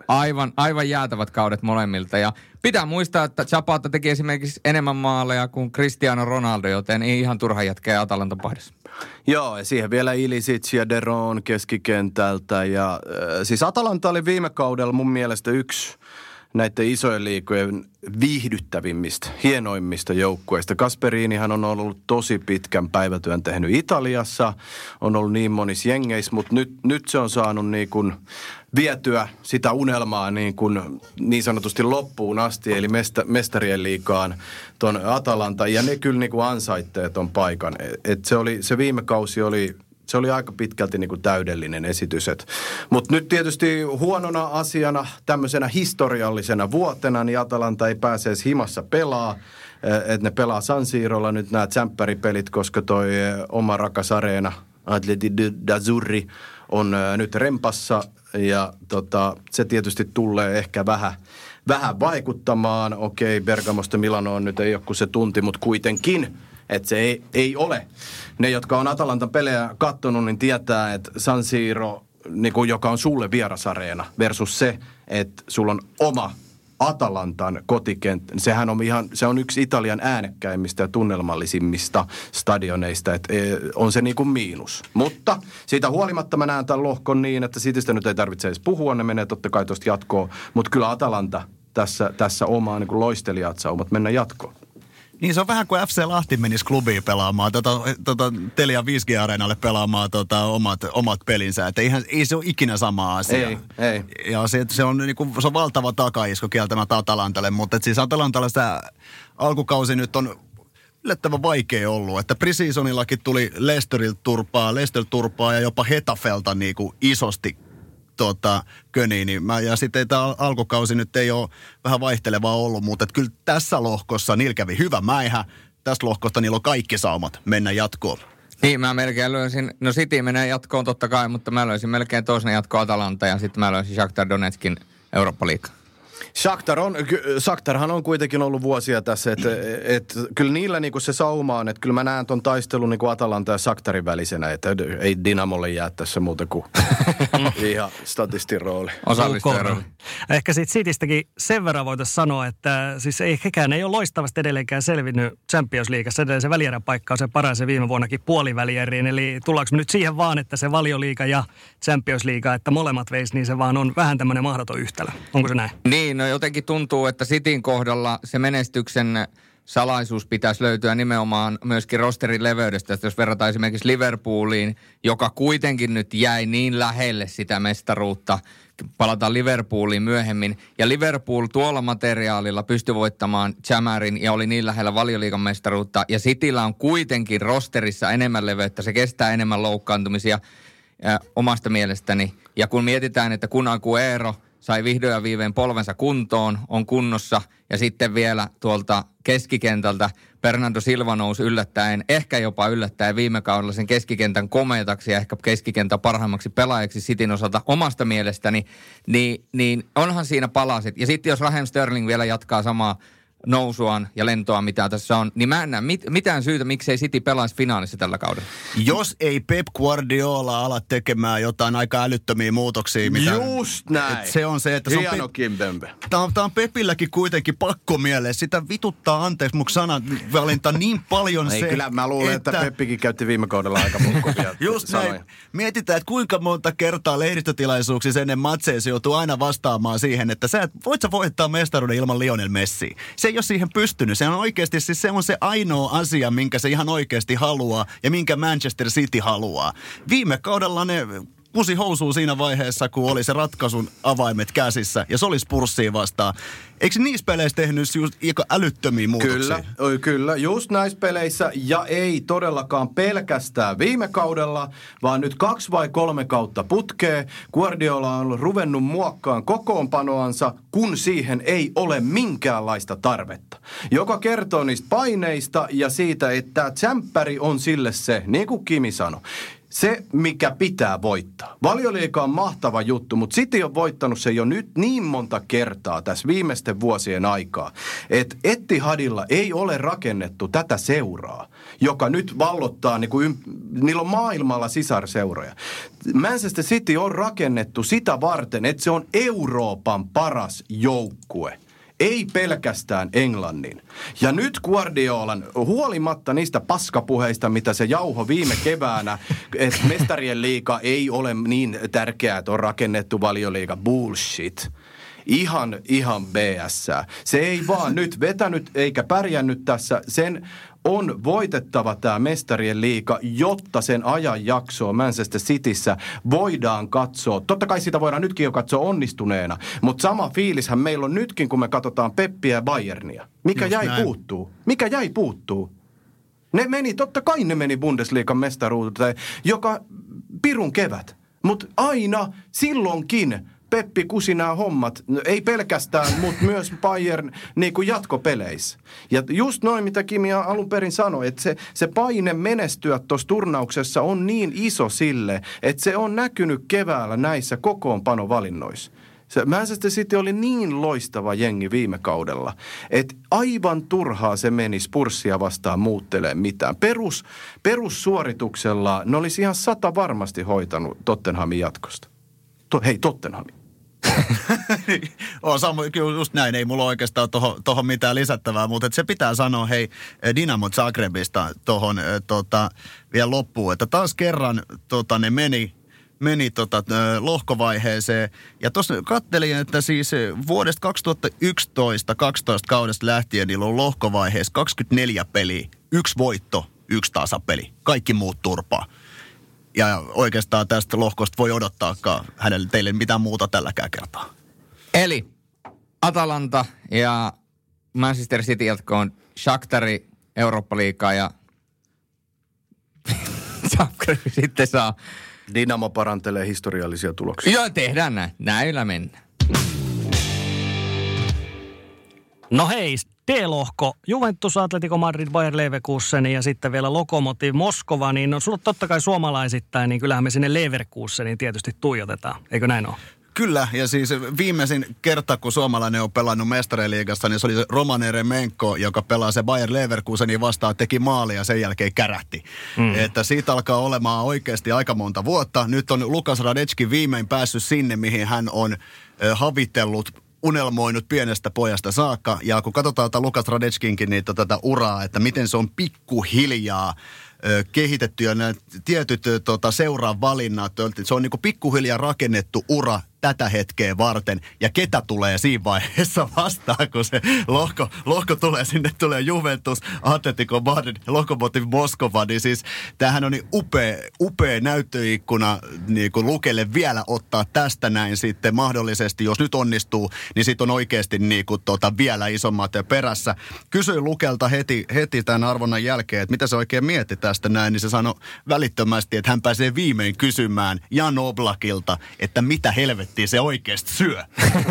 D: Aivan jäätävät kaudet molemmilta. Ja pitää muistaa, että Zapata teki esimerkiksi enemmän maaleja kuin Cristiano Ronaldo, joten ei ihan turha jätkeä Atalantan pahdassa.
B: Joo, ja siihen vielä Ilicic ja Deron keskikentältä. Ja siis Atalanta oli viime kaudella mun mielestä yksi näiden isojen liigojen viihdyttävimmistä, hienoimmista joukkueista. Kasperinihan on ollut tosi pitkän päivätyön tehnyt Italiassa, on ollut niin monissa jengeissä, mutta nyt se on saanut niin kuin vietyä sitä unelmaa niin sanotusti loppuun asti, eli mestarien liigaan ton Atalanta, ja ne kyllä niin kuin ansaittee ton paikan. Se viime kausi se oli aika pitkälti niin kuin täydellinen esitys. Mutta nyt tietysti huonona asiana, tämmöisenä historiallisena vuotena, niin Atalanta ei pääse edes himassa pelaa. Että ne pelaa San Sirolla nyt nämä tsemppäripelit, koska toi oma rakas areena, Atleti d'Azzurri, on nyt rempassa. Ja se tietysti tulee ehkä vähän vaikuttamaan. Okei, Bergamosta Milanoon nyt ei ole kuin se tunti, mutta kuitenkin, että se ei ole. Ne, jotka on Atalantan pelejä kattonut, niin tietää, että San Siro, niin joka on sulle vierasareena, versus se, että sulla on oma Atalantan kotikenttä. Se on yksi Italian äänekkäimmistä ja tunnelmallisimmista stadioneista, että on se niin kuin miinus. Mutta siitä huolimatta mä näen tämän lohkon niin, että siitä nyt ei tarvitse edes puhua, ne menee totta kai tuosta jatkoon, mutta kyllä Atalanta tässä omaa niin kuin loistelijat saumat mennä jatkoon.
C: Niin se on vähän kuin FC Lahti menisi klubiin pelaamaan, Telia 5G-areenalle pelaamaan omat pelinsä. Että ei se ole ikinä sama asia.
B: Ei.
C: Ja se on valtava takaisku kieltämättä Atalantalle, mutta siis Atalantalle sitä alkukausi nyt on yllättävän vaikea ollut. Että pre-seasonillakin tuli Leicesteriltä turpaa ja jopa Hetafelta niin kuin isosti köniin. Ja sitten tämä alkukausi nyt ei ole vähän vaihtelevaa ollut, mutta kyllä tässä lohkossa niillä kävi hyvä mäihä. Tästä lohkosta niillä on kaikki saumat mennä jatkoon.
D: Niin, mä melkein löysin, City menee jatkoon totta kai, mutta mä löysin melkein toisen jatkoon Atalanta ja sitten mä löysin Shakhtar Donetskin Eurooppa-liiga.
B: Shakhtarhan on kuitenkin ollut vuosia tässä, että kyllä niillä niinku se sauma on, että kyllä mä näen ton taistelun niinku Atalanta ja Shakhtarin välisenä, että ei Dynamolle jää tässä muuta kuin ihan statistin rooli.
D: Osallistuja.
E: Ehkä siitä Citystäkin sen verran voitaisiin sanoa, että siis hekään ei ole loistavasti edelleenkään selvinnyt Champions Leaguessa. Edelleen se välieräpaikka on se paras ja viime vuonnakin puolivälieriin. Eli tullaanko nyt siihen vaan, että se Valioliiga ja Champions League, että molemmat veisi, niin se vaan on vähän tämmöinen mahdoton yhtälö. Onko se näin?
D: Niin, no jotenkin tuntuu, että Cityn kohdalla se menestyksen salaisuus pitäisi löytyä nimenomaan myöskin rosterin leveydestä. Jos verrataan esimerkiksi Liverpooliin, joka kuitenkin nyt jäi niin lähelle sitä mestaruutta, palataan Liverpooliin myöhemmin. Ja Liverpool tuolla materiaalilla pystyi voittamaan Chamarin ja oli niin lähellä Valioliigan mestaruutta. Ja Cityllä on kuitenkin rosterissa enemmän leveyttä, se kestää enemmän loukkaantumisia omasta mielestäni. Ja kun mietitään, että Kun Aguero sai vihdoin ja viimein polvensa kuntoon, on kunnossa ja sitten vielä tuolta keskikentältä Bernardo Silva nousi yllättäen, ehkä jopa yllättäen viime kaudella sen keskikentän komeataksi ja ehkä keskikentän parhaimmaksi pelaajaksi Cityn osalta omasta mielestäni, niin onhan siinä palasit. Ja sitten jos Raheem Sterling vielä jatkaa samaa nousuaan ja lentoa, mitä tässä on, niin mä en näe mitään syytä, miksei City pelaisi finaalissa tällä kaudella.
C: Jos ei Pep Guardiola ala tekemään jotain aika älyttömiä muutoksia.
B: Just näin.
C: Se on se, että se
B: hieno Kimpembe.
C: Tämä on Pepilläkin kuitenkin pakko mieleen. Sitä vituttaa, anteeksi mun sanavalinta niin paljon
B: ei,
C: se,
B: kyllä mä luulen, että Peppikin käytti viime kaudella aika mukavia
C: just
B: sanoja.
C: Näin. Mietitään, että kuinka monta kertaa lehdistötilaisuuksissa ennen matseja se joutuu aina vastaamaan siihen, että voit sä voittaa mestaruuden ilman Lionel Messiä. Se ei ole siihen pystynyt. Se on oikeasti, siis se on se ainoa asia, minkä se ihan oikeasti haluaa ja minkä Manchester City haluaa. Viime kaudella ne pusi housuun siinä vaiheessa, kun oli se ratkaisun avaimet käsissä, ja se oli Spursia vastaan. Eikö niissä peleissä tehnyt just aika älyttömiä muutoksia?
B: Kyllä, just näissä peleissä, ja ei todellakaan pelkästään viime kaudella, vaan nyt 2 vai 3 kautta putkee. Guardiola on ruvennut muokkaan kokoonpanoansa, kun siihen ei ole minkäänlaista tarvetta. Joka kertoo niistä paineista ja siitä, että tsemppäri on sille se, niin kuin Kimi sanoi. Se, mikä pitää voittaa. Valioliiga on mahtava juttu, mutta City on voittanut se jo nyt niin monta kertaa tässä viimeisten vuosien aikaa, että Etihadilla ei ole rakennettu tätä seuraa, joka nyt vallottaa, niillä on maailmalla sisarseuroja. Manchester City on rakennettu sitä varten, että se on Euroopan paras joukkue. Ei pelkästään Englannin. Ja nyt Guardiolan, huolimatta niistä paskapuheista, mitä se jauho viime keväänä, että mestarien liiga ei ole niin tärkeää, että on rakennettu Valioliiga, bullshit. Ihan BS. Se ei vaan nyt vetänyt eikä pärjännyt tässä. Sen on voitettava tämä mestarien liiga, jotta sen ajanjaksoa Manchester Cityssä voidaan katsoa. Totta kai sitä voidaan nytkin jo katsoa onnistuneena, mutta sama fiilishän meillä on nytkin, kun me katsotaan Peppiä ja Bayernia. Mikä jäi puuttuu? Totta kai ne meni Bundesliigan mestaruuteen, joka pirun kevät. Mutta aina silloinkin Peppi kusi nämä hommat, ei pelkästään, mutta myös Bayern niin kuin jatkopeleissä. Ja just noin, mitä Kimi alun perin sanoi, että se paine menestyä tuossa turnauksessa on niin iso sille, että se on näkynyt keväällä näissä kokoonpanovalinnoissa. Manchester City oli niin loistava jengi viime kaudella, että aivan turhaa se meni Spursia vastaan muuttelee mitään. Perussuorituksella ne olisi ihan 100 varmasti hoitanut Tottenhamin jatkosta. Tottenham.
C: Kyllä just näin, ei mulla oikeastaan tohon mitään lisättävää, mutta se pitää sanoa Dinamo Zagrebista tohon vielä loppuun, että taas kerran ne meni lohkovaiheeseen. Ja tuossa kattelin, että siis vuodesta 2011-2012 kaudesta lähtien niillä on lohkovaiheessa 24 peliä, 1 voitto, 1 tasapeli. Kaikki muut turpaa. Ja oikeastaan tästä lohkosta voi odottaakaan teille mitään muuta tälläkään kertaa.
D: Eli Atalanta ja Manchester City jatkoon Shakhtari Eurooppa-liigaa ja Zagreb sitten saa.
B: Dinamo parantelee historiallisia tuloksia.
D: Joo, tehdään näin. Näillä mennään.
E: No hei, D-lohko, Juventus, Atletico Madrid, Bayer Leverkusen ja sitten vielä Lokomotiv Moskova, niin no sulla totta kai suomalaisittain, niin kyllähän me sinne Leverkuseniin tietysti tuijotetaan. Eikö näin ole?
C: Kyllä, ja siis viimeisin kerta, kun suomalainen on pelannut mestariliigassa, niin se oli Roman Eremenko, joka pelaa se Bayer Leverkusenin vastaan, teki maali ja sen jälkeen kärähti. Että siitä alkaa olemaan oikeasti aika monta vuotta. Nyt on Lukas Radecki viimein päässyt sinne, mihin hän on havitellut, unelmoinut pienestä pojasta saakka. Ja kun katsotaan Lukas Radeckinkin niin tätä uraa, että miten se on pikkuhiljaa kehitetty ja nämä tietyt seuraavalinnat, se on niin kuin pikkuhiljaa rakennettu ura tätä hetkeä varten. Ja ketä tulee siinä vaiheessa vastaan, kun se lohko tulee, sinne tulee Juventus, Atletico Madrid, Lokomotiv Moskova, niin siis tämähän on niin upea näyttöikkuna niin kuin Lukelle vielä ottaa tästä näin sitten mahdollisesti, jos nyt onnistuu, niin sitten on oikeasti niin kuin vielä isommat perässä. Kysyin Lukelta heti tämän arvonnan jälkeen, että mitä se oikein mietti tästä näin, niin se sanoi välittömästi, että hän pääsee viimein kysymään Jan Oblakilta, että mitä helvettiä se oikeasti syö.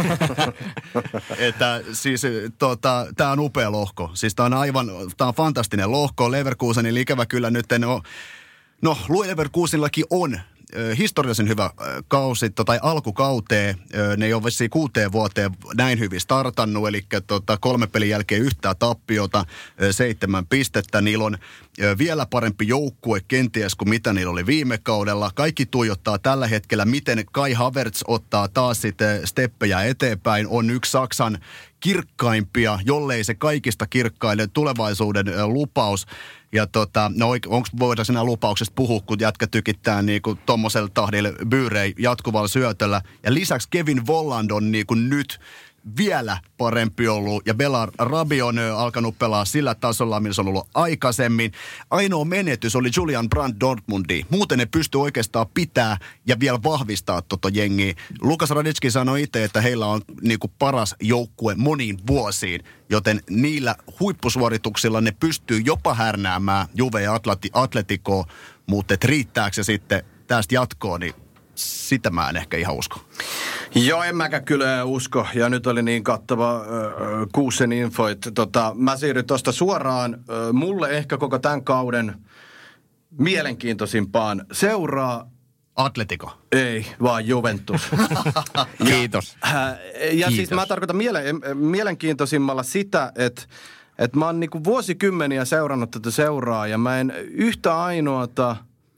C: Että siis tää on upea lohko. Siis tää on fantastinen lohko. Leverkusenin ikävä kyllä nyt Leverkusenillakin on historiallisen hyvä kausi tai alkukauteen. Ne ei ole vissiin 6 vuoteen näin hyvin startannut, eli 3 pelin jälkeen yhtään tappiota, 7 pistettä. Niillä on vielä parempi joukkue kenties kuin mitä niillä oli viime kaudella. Kaikki tuijottaa tällä hetkellä, miten Kai Havertz ottaa taas sitten steppejä eteenpäin. On yksi Saksan kirkkaimpia, jollei se kaikista kirkkainen tulevaisuuden lupaus. Ja voidaan siinä lupauksesta puhua, kun jätkä tykittää niinku tommosella tahdilla Byyrei jatkuvalla syötöllä. Ja lisäksi Kevin Volland on niinku nyt vielä parempi ollut ja Belar Rabi on alkanut pelaa sillä tasolla, missä on ollut aikaisemmin. Ainoa menetys oli Julian Brandt Dortmundiin. Muuten ne pystyy oikeastaan pitää ja vielä vahvistaa tota jengiä. Lukas Radetski sanoi itse, että heillä on niinku paras joukkue moniin vuosiin, joten niillä huippusuorituksilla ne pystyy jopa härnäämään Juve ja Atleticoa, mutta riittääkö se sitten tästä jatkoon, niin sitä mä en ehkä ihan usko.
B: Joo, en mäkään kyllä usko. Ja nyt oli niin kattava Kuusen info, että mä siirryn tuosta suoraan. Mulle ehkä koko tämän kauden mielenkiintoisimpaan seuraa.
C: Atletico.
B: Ei, vaan Juventus.
D: Kiitos.
B: Ja siis mä tarkoitan mielenkiintoisimmalla sitä, että mä oon niinku vuosikymmeniä seurannut tätä seuraa ja mä en yhtä ainoata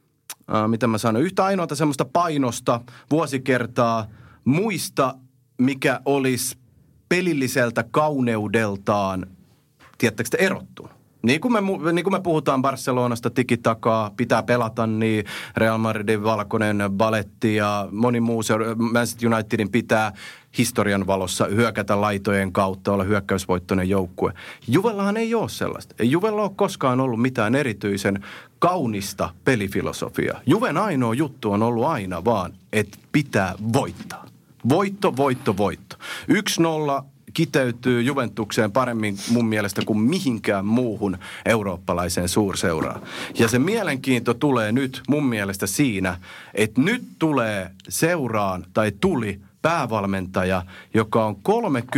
B: semmoista painosta vuosikertaa muista, mikä olisi pelilliseltä kauneudeltaan, tiedättekö te, erottunut. Niin kuin me puhutaan Barcelonasta tiki-takaa, pitää pelata, niin Real Madridin valkoinen baletti ja moni muu Manchester Unitedin pitää historian valossa hyökätä laitojen kautta, olla hyökkäysvoittoinen joukkue. Juvellahan ei ole sellaista. Ei Juvella ole koskaan ollut mitään erityisen kaunista pelifilosofiaa. Juven ainoa juttu on ollut aina vaan, että pitää voittaa. Voitto, voitto, voitto. 1-0 kiteytyy Juventukseen paremmin mun mielestä kuin mihinkään muuhun eurooppalaiseen suurseuraan. Ja se mielenkiinto tulee nyt mun mielestä siinä, että nyt tulee seuraan tai tuli päävalmentaja, joka on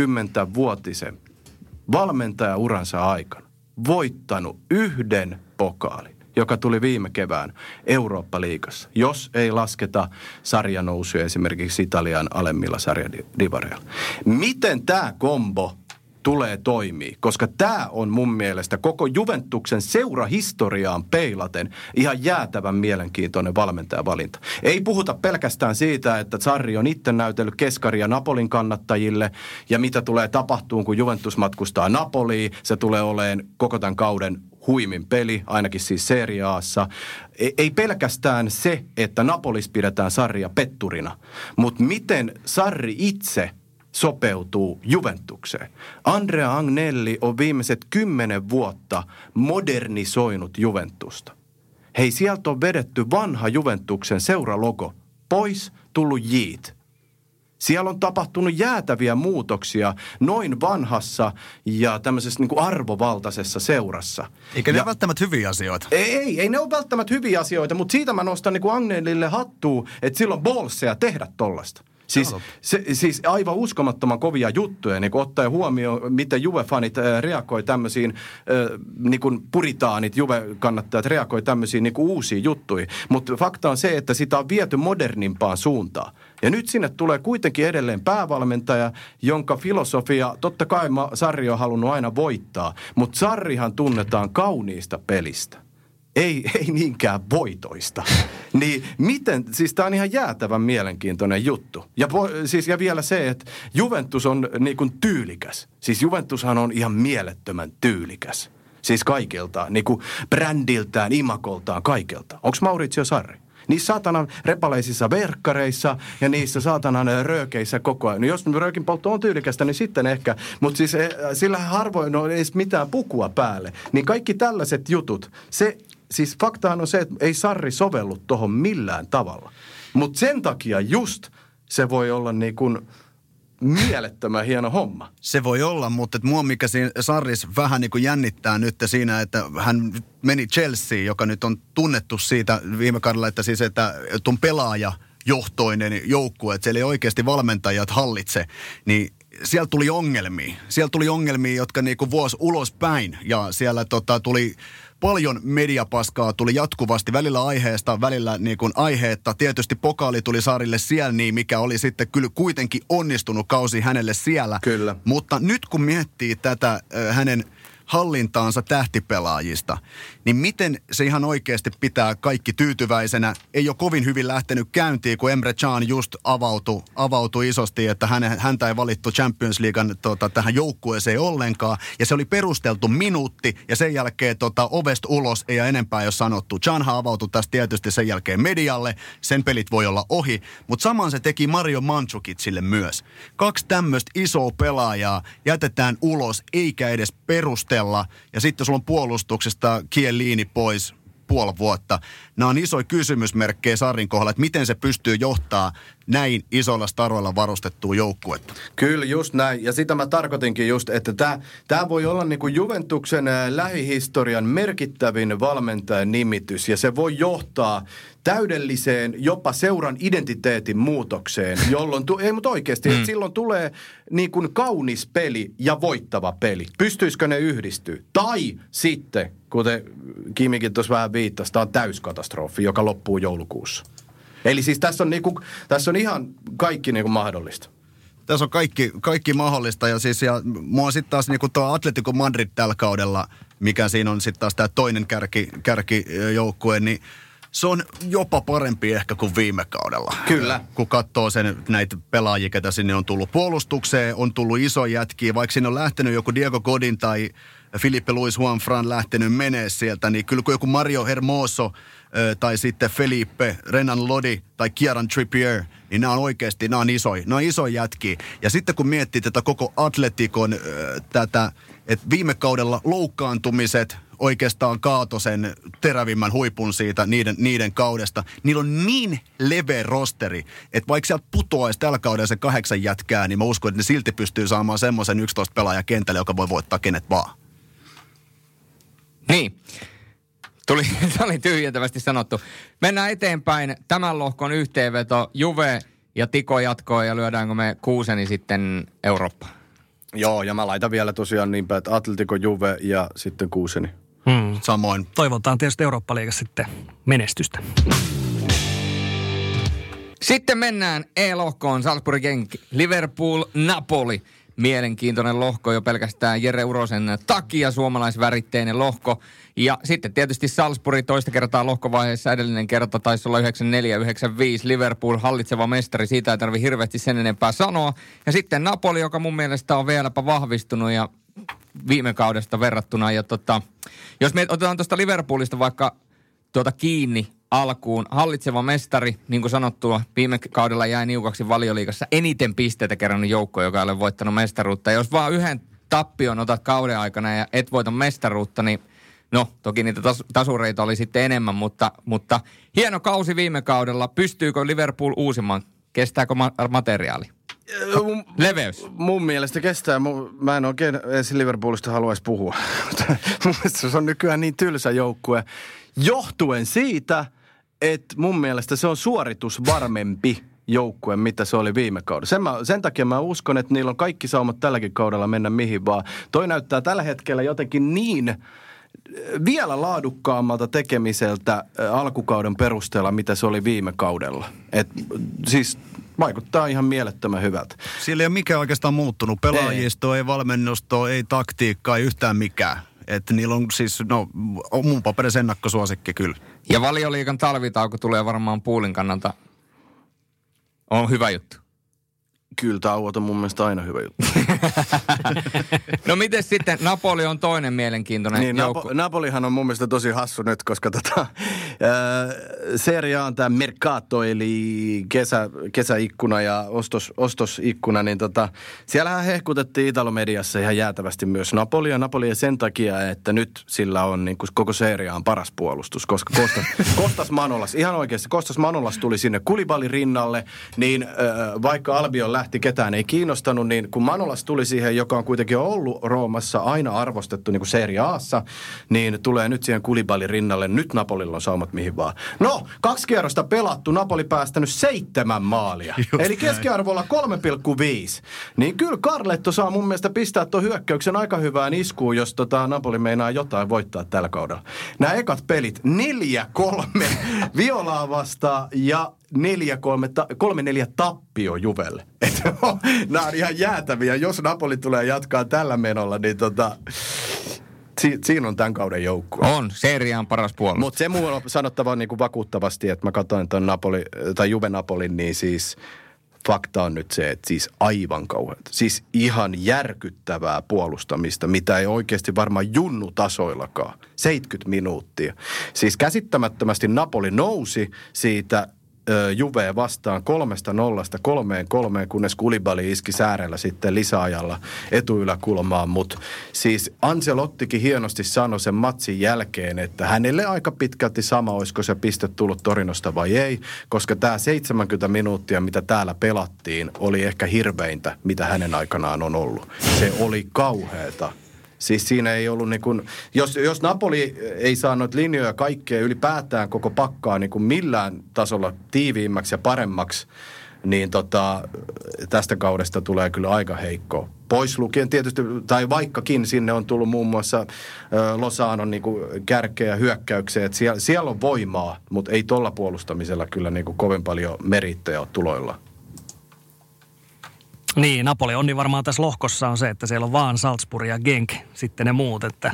B: 30-vuotisen valmentajauransa aikana voittanut yhden pokaalin, joka tuli viime kevään Eurooppa-liigassa, jos ei lasketa sarjanousuja esimerkiksi Italian alemmilla sarjadivareilla. Miten tämä kombo tulee toimii? Koska tämä on mun mielestä koko Juventuksen seurahistoriaan peilaten ihan jäätävän mielenkiintoinen valmentajavalinta. Ei puhuta pelkästään siitä, että Sarri on itse näytellyt keskaria Napolin kannattajille ja mitä tulee tapahtumaan, kun Juventus matkustaa Napoliin. Se tulee olemaan koko tämän kauden huimin peli, ainakin siis Serie A:ssa. Ei pelkästään se, että Napolis pidetään Sarria petturina, mutta miten Sarri itse sopeutuu Juventukseen. Andrea Agnelli on viimeiset 10 vuotta modernisoinut Juventusta. Hei, sieltä on vedetty vanha Juventuksen seuralogo pois, tullut Jeet. Siellä on tapahtunut jäätäviä muutoksia noin vanhassa ja tämmöisessä niin kuin arvovaltaisessa seurassa.
C: Eikä ne ole välttämättä hyviä asioita.
B: Ei ne ole välttämättä hyviä asioita, mutta siitä mä nostan niin kuin Agnellille hattua, että sillä on bolseja tehdä tollasta. Siis aivan uskomattoman kovia juttuja, niin ottaen huomioon, miten Juve-fanit reagoi tämmöisiin, niin kuin puritaanit, Juve-kannattajat reagoi tämmöisiin niin kuin uusiin juttuihin. Mutta fakta on se, että sitä on viety modernimpaan suuntaan. Ja nyt sinne tulee kuitenkin edelleen päävalmentaja, jonka filosofia, totta kai Sarri on halunnut aina voittaa, mutta Sarrihan tunnetaan kauniista pelistä. Ei niinkään voitoista. Niin miten, siis tää on ihan jäätävän mielenkiintoinen juttu. Ja vielä se, että Juventus on niin kuin tyylikäs. Siis Juventushan on ihan mielettömän tyylikäs. Siis kaikiltaan, niin kuin brändiltään, imakoltaan, kaikilta. Onks Maurizio Sarri? Niissä saatanan repaleisissa verkkareissa ja niissä saatanan röökeissä koko ajan. No jos röökin poltto on tyylikästä, niin sitten ehkä. Mutta siis sillä harvoin on edes mitään pukua päälle. Niin kaikki tällaiset jutut, siis faktahan on se, että ei Sarri sovellu tohon millään tavalla. Mutta sen takia just se voi olla niin kuin mielettömän hieno homma.
C: Se voi olla, mutta mua mikä siinä Sarris vähän niin kuin jännittää nyt siinä, että hän meni Chelsea, joka nyt on tunnettu siitä viime kaudella, että siis että tuon pelaajajohtoinen joukkue, että siellä ei oikeasti valmentajat hallitse, niin siellä tuli ongelmia. Siellä tuli ongelmia, jotka niinku vuosi ulospäin ja siellä tuli paljon mediapaskaa, tuli jatkuvasti välillä aiheesta, välillä niinku aiheetta. Tietysti pokaali tuli Sarrille siellä niin, mikä oli sitten kyllä kuitenkin onnistunut kausi hänelle siellä.
B: Kyllä.
C: Mutta nyt kun miettii tätä hänen hallintaansa tähtipelaajista, niin miten se ihan oikeasti pitää kaikki tyytyväisenä? Ei ole kovin hyvin lähtenyt käyntiin, kun Emre Can just avautui isosti, että häntä ei valittu Champions Leaguean tähän joukkueeseen ollenkaan. Ja se oli perusteltu minuutti ja sen jälkeen ovesta ulos ei ole enempää jo sanottu. Canhan avautui tästä tietysti sen jälkeen medialle, sen pelit voi olla ohi, mutta saman se teki Mario Mandžukicille myös. 2 tämmöistä isoa pelaajaa jätetään ulos eikä edes perustella ja sitten sulla on puolustuksesta Chiellini pois puoli vuotta. Nämä on isoja kysymysmerkkejä Sarrin kohdalla, että miten se pystyy johtaa näin isoilla staroilla varustettua joukkuetta.
B: Kyllä, just näin. Ja sitä mä tarkoitinkin just, että tämä voi olla niinku Juventuksen lähihistorian merkittävin valmentajan nimitys. Ja se voi johtaa täydelliseen jopa seuran identiteetin muutokseen, jolloin, ei mutta oikeasti, että silloin tulee niin kuin kaunis peli ja voittava peli. Pystyisikö ne yhdistyä? Tai sitten, kuten Kimikin tuossa vähän viittasi, tämä on täyskatastrofi, joka loppuu joulukuussa. Eli siis tässä on ihan kaikki niin kuin mahdollista.
C: Tässä on kaikki mahdollista ja mua on sitten taas niinku tuo Atletico Madrid tällä kaudella, mikä siinä on sitten taas tämä toinen kärkijoukkue, niin se on jopa parempi ehkä kuin viime kaudella.
B: Kyllä.
C: Kun katsoo näitä pelaajia, ketä sinne on tullut puolustukseen, on tullut iso jätkiä, vaikka sinne on lähtenyt joku Diego Godin tai Felipe Luis Juan Fran lähtenyt menee sieltä, niin kyllä kun joku Mario Hermoso tai sitten Felipe, Renan Lodi tai Kieran Trippier, niin nämä on isoja jätkiä. Ja sitten kun miettii tätä koko Atleticon että viime kaudella loukkaantumiset oikeastaan kaato sen terävimmän huipun siitä niiden kaudesta. Niillä on niin leveä rosteri, että vaikka sieltä putoaisi tällä kaudella se 8 jätkää, niin mä uskon, että ne silti pystyy saamaan semmoisen 11 pelaajan kentälle, joka voi voittaa kenet vaan.
D: Niin. Se oli tyhjentävästi sanottu. Mennään eteenpäin. Tämän lohkon yhteenveto. Juve ja Tiko jatkoo ja lyödäänkö me kuuseni sitten Eurooppaan?
B: Joo, ja mä laitan vielä tosiaan niin päin, että Atletico, Juve ja sitten kuuseni.
C: Samoin.
E: Toivotaan tietysti Eurooppa-liigassa sitten menestystä.
D: Sitten mennään E-lohkoon. Salzburg, Genk, Liverpool, Napoli. Mielenkiintoinen lohko jo pelkästään Jere Urosen takia, suomalaisväritteinen lohko. Ja sitten tietysti Salzburg toista kertaa lohkovaiheessa, edellinen kerta taisi olla 94-95. Liverpool hallitseva mestari, siitä ei tarvitse hirveästi sen enempää sanoa. Ja sitten Napoli, joka mun mielestä on vieläpä vahvistunut ja viime kaudesta verrattuna. Ja jos me otetaan tuosta Liverpoolista vaikka kiinni alkuun, hallitseva mestari, niin kuin sanottua, viime kaudella jäi niukaksi Valioliigassa eniten pisteitä kerännyt joukko, joka ei ole voittanut mestaruutta. Ja jos vaan yhden tappion otat kauden aikana ja et voita mestaruutta, niin no, toki niitä tasureita oli sitten enemmän, mutta hieno kausi viime kaudella. Pystyykö Liverpool uusimaan? Kestääkö materiaali? Leveys?
B: Mun mielestä kestää. Mä en oikein edes Liverpoolista haluaisi puhua. Mun mielestä se on nykyään niin tylsä joukkue. Johtuen siitä, että mun mielestä se on suoritusvarmempi joukkue, mitä se oli viime kaudella. Sen takia mä uskon, että niillä on kaikki saumat tälläkin kaudella mennä mihin vaan. Toi näyttää tällä hetkellä jotenkin niin vielä laadukkaammalta tekemiseltä alkukauden perusteella, mitä se oli viime kaudella. Siis vaikuttaa ihan mielettömän hyvältä.
C: Siellä ei ole mikään oikeastaan muuttunut. Pelaajisto, ei valmennusto, ei taktiikkaa, ei yhtään mikään. Että niillä on siis, mun paperissa ennakkosuosikki kyllä.
D: Ja Valioliigan talvitauko tulee varmaan Poolin kannalta. On hyvä juttu.
B: Kyllä tauot on mun mielestä aina hyvä juttu.
D: No miten sitten, Napoli on toinen mielenkiintoinen
B: niin,
D: joukko.
B: Napolihan on mun mielestä tosi hassu nyt, koska Serie A on tämä Mercato, eli kesäikkuna ja ostosikkuna, niin siellähän hehkutettiin Italomediassa ihan jäätävästi myös Napolia sen takia, että nyt sillä on niin kuin koko Serie A:n paras puolustus, koska Kostas Manolas, ihan oikeasti Kostas Manolas tuli sinne Koulibalyn rinnalle, niin vaikka Albion lähti, ketään ei kiinnostanut, niin kun Manolas tuli siihen, joka on kuitenkin ollut Roomassa aina arvostettu niin kuin Serie A:ssa, niin tulee nyt siihen Koulibalyn rinnalle. Nyt Napolilla on saumat mihin vaan. No, 2 kierrosta pelattu, Napoli päästänyt 7 maalia. Eli keskiarvolla 3,5. Niin kyllä Carletto saa mun mielestä pistää tuon hyökkäyksen aika hyvään iskuun, jos Napoli meinaa jotain voittaa tällä kaudella. Nämä ekat pelit 4-3 Violaa vastaan ja 3-4 tappio Juvelle. Nämä on ihan jäätäviä. Jos Napoli tulee jatkaa tällä menolla, niin Siinä on tämän kauden joukkue.
D: On, seriaan paras puolustus.
B: Mutta se mulla on sanottava niin kuin vakuuttavasti, että mä katsoin tuon Juve Napolin, niin siis fakta on nyt se, että siis aivan kauheata. Siis ihan järkyttävää puolustamista, mitä ei oikeasti varmaan junnutasoillakaan. 70 minuuttia. Siis käsittämättömästi Napoli nousi siitä Juvea vastaan 3-0, 3-3, kunnes Koulibaly iski säärellä sitten lisäajalla etuyläkulmaan. Mutta siis Ancelottikin hienosti sanoi sen matsin jälkeen, että hänelle aika pitkälti sama, olisiko se piste tullut Torinosta vai ei, koska tämä 70 minuuttia, mitä täällä pelattiin, oli ehkä hirveintä, mitä hänen aikanaan on ollut. Se oli kauheata. Siis siinä ei ollut niin kuin, jos Napoli ei saa noita linjoja kaikkea ylipäätään koko pakkaa niin kuin millään tasolla tiiviimmäksi ja paremmaksi, niin tästä kaudesta tulee kyllä aika heikko. Pois lukien tietysti, tai vaikkakin sinne on tullut muun muassa Lozanon niin kuin kärkeä hyökkäykseen, että siellä on voimaa, mutta ei tuolla puolustamisella kyllä niin kuin kovin paljon merittejä ole tuloilla.
E: Niin, Napoli on niin varmaan tässä lohkossa on se, että siellä on vaan Salzburg ja Genk, sitten ne muut, että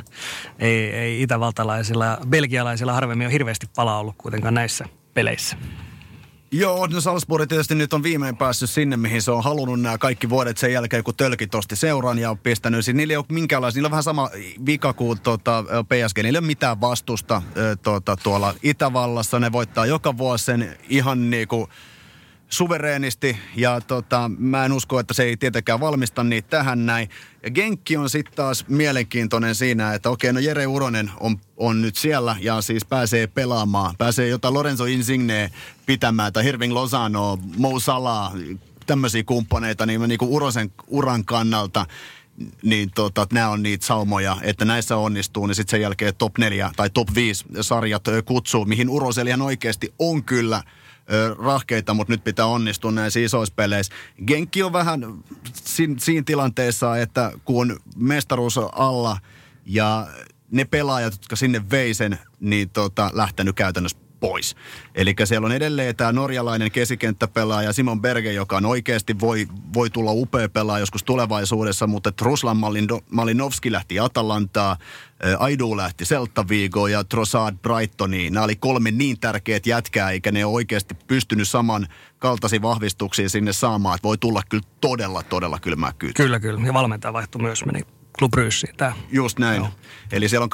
E: ei itävaltalaisilla ja belgialaisilla harvemmin ole hirveästi palaa ollut kuitenkaan näissä peleissä.
C: Joo, no Salzburg tietysti nyt on viimein päässyt sinne, mihin se on halunnut nämä kaikki vuodet sen jälkeen, kun tölkit osti seuran ja on pistänyt. Niillä ei ole minkäänlaista, niillä on vähän sama vika kuin PSG, niillä ei ole mitään vastusta tuolla Itävallassa. Ne voittaa joka vuosi sen ihan niinku suvereenisti ja mä en usko, että se ei tietenkään valmista niitä tähän näin. Ja Genkki on sitten taas mielenkiintoinen siinä, että okei, no Jere Uronen on nyt siellä ja siis pääsee pelaamaan. Pääsee jotain Lorenzo Insigne pitämään tai Hirving Lozano, Mo Salah, tämmöisiä kumppaneita niin kuin Urosen uran kannalta. Niin nämä on niitä saumoja, että näissä onnistuu, niin sitten sen jälkeen top 4 tai top 5 sarjat kutsuu, mihin Uroselihan oikeasti on kyllä rahkeita, mutta nyt pitää onnistua näissä isoissa peleissä. Genkki on vähän siinä tilanteessa, että kun mestaruus on alla ja ne pelaajat, jotka sinne vei sen, niin lähtenyt käytännössä pois. Eli siellä on edelleen tämä norjalainen keskikenttäpelaaja Simon Berge, joka on oikeasti voi tulla upea pelaaja joskus tulevaisuudessa, mutta Ruslan Malinovski lähti Atalantaa, Aidu lähti Celta Vigoon ja Trossard Brightoniin. Nämä oli 3 niin tärkeät jätkää, eikä ne ole oikeasti pystynyt saman kaltaisia vahvistuksia sinne saamaan, että voi tulla kyllä todella kylmää kyytiä.
E: Kyllä. Ja valmentaja vaihtui myös, meni Club Brugesiin.
C: Just näin. Joo. Eli siellä on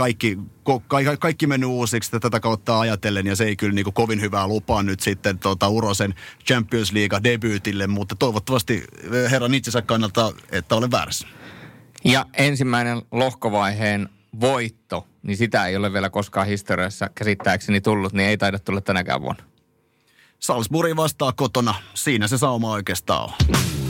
C: kaikki mennyt uusiksi tätä kautta ajatellen, ja se ei kyllä niinku kovin hyvää lupaa nyt sitten Urosen Champions League-debyytille, mutta toivottavasti herran itsensä kannalta, että olen väärässä.
D: Ja ensimmäinen lohkovaiheen voitto, niin sitä ei ole vielä koskaan historiassa käsittääkseni tullut, niin ei taida tulla tänäkään vuonna.
C: Salzburg vastaa kotona. Siinä se sauma oikeastaan on.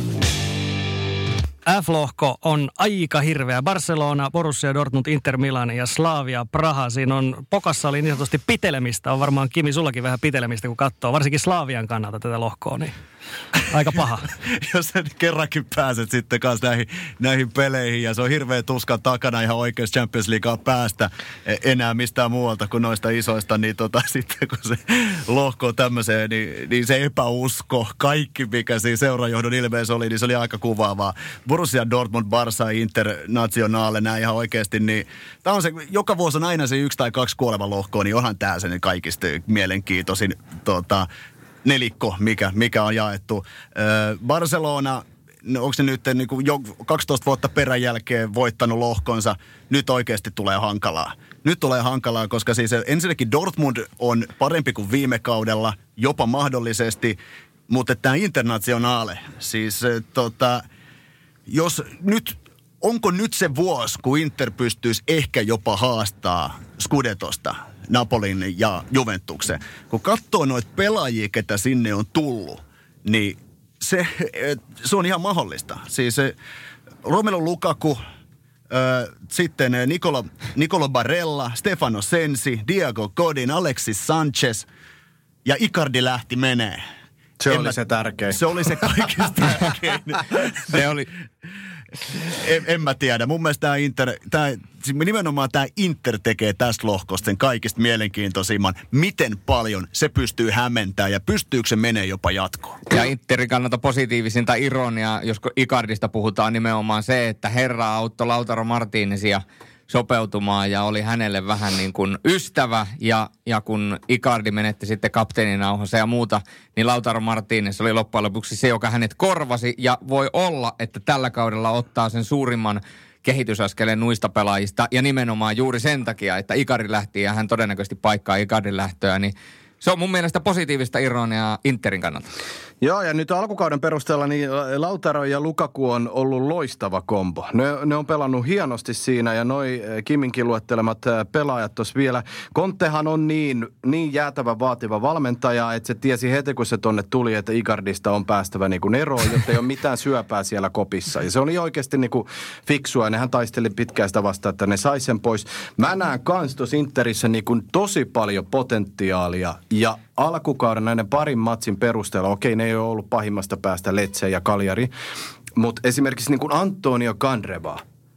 E: F-lohko on aika hirveä. Barcelona, Borussia Dortmund, Inter Milan ja Slavia Praha. Siinä on pokassa oli niin sanotusti pitelemistä. On varmaan, Kimi, sullakin vähän pitelemistä, kun katsoo. Varsinkin Slavian kannalta tätä lohkoa, niin aika paha.
C: Jos sä kerrankin pääset sitten kanssa näihin peleihin ja se on hirveä tuska takana ihan oikeassa Champions Leaguea päästä enää mistään muualta kuin noista isoista, niin sitten kun se lohko on tämmöiseen, niin se epäusko, kaikki mikä siinä seurajohdon ilmeessä oli, niin se oli aika kuvaavaa. Borussia Dortmund, Barça, Internationale, nämä ihan oikeasti, niin tämä on se, joka vuosi on aina se 1 tai 2 kuoleva lohkoa, niin onhan tämä sen kaikista mielenkiintoisin nelikko, mikä on jaettu. Barcelona, onko se nyt niin kuin jo 12 vuotta peräjälkeen voittanut lohkonsa, nyt oikeasti tulee hankalaa. Nyt tulee hankalaa, koska siis ensinnäkin Dortmund on parempi kuin viime kaudella, jopa mahdollisesti, mutta tämä Internationale, siis jos nyt, onko nyt se vuosi, kun Inter pystyisi ehkä jopa haastaa Scudettosta Napolin ja Juventuksen? Kun katsoo noita pelaajia, ketä sinne on tullut, niin se on ihan mahdollista. Siis Romelu Lukaku, sitten Nicolo Barella, Stefano Sensi, Diego Godin, Alexis Sanchez ja Icardi lähti menee.
B: Se oli se tärkein.
C: Se oli se kaikista tärkein.
D: Se oli.
C: En mä tiedä. Mun mielestä nimenomaan tämä Inter tekee tästä lohkosta sen kaikista mielenkiintoisimman. Miten paljon se pystyy hämmentämään ja pystyykö se menee jopa jatkoon?
D: Ja Interin kannalta positiivisinta ironia, jos Icardista puhutaan, nimenomaan se, että herra auttoi Lautaro Martinezia sopeutumaan ja oli hänelle vähän niin kuin ystävä. Ja kun Icardi menetti sitten kapteeninauhansa ja muuta, niin Lautaro Martínez oli loppujen lopuksi se, joka hänet korvasi. Ja voi olla, että tällä kaudella ottaa sen suurimman kehitysaskeleen nuista pelaajista. Ja nimenomaan juuri sen takia, että Icardi lähti ja hän todennäköisesti paikkaa Icardin lähtöä, niin se on mun mielestä positiivista ironiaa Interin kannalta.
B: Joo, ja nyt alkukauden perusteella niin Lautaro ja Lukaku on ollut loistava kombo. Ne on pelannut hienosti siinä, ja noi Kiminkin luettelemat pelaajat tuossa vielä. Contehan on niin jäätävä vaativa valmentaja, että se tiesi heti, kun se tonne tuli, että Icardista on päästävä niin kuin eroon, jotta ei ole mitään syöpää siellä kopissa. Ja se oli oikeasti niin kuin fiksua, ja nehän taisteli pitkään sitä vastaan, että ne sai sen pois. Mä näen kans tuossa Interissä niin kuin tosi paljon potentiaalia, ja alkukauden näiden parin matsin perusteella, okei, ne ei ole ollut pahimmasta päästä Lecce ja Cagliari, mutta esimerkiksi niin kuin Antonio Candreva,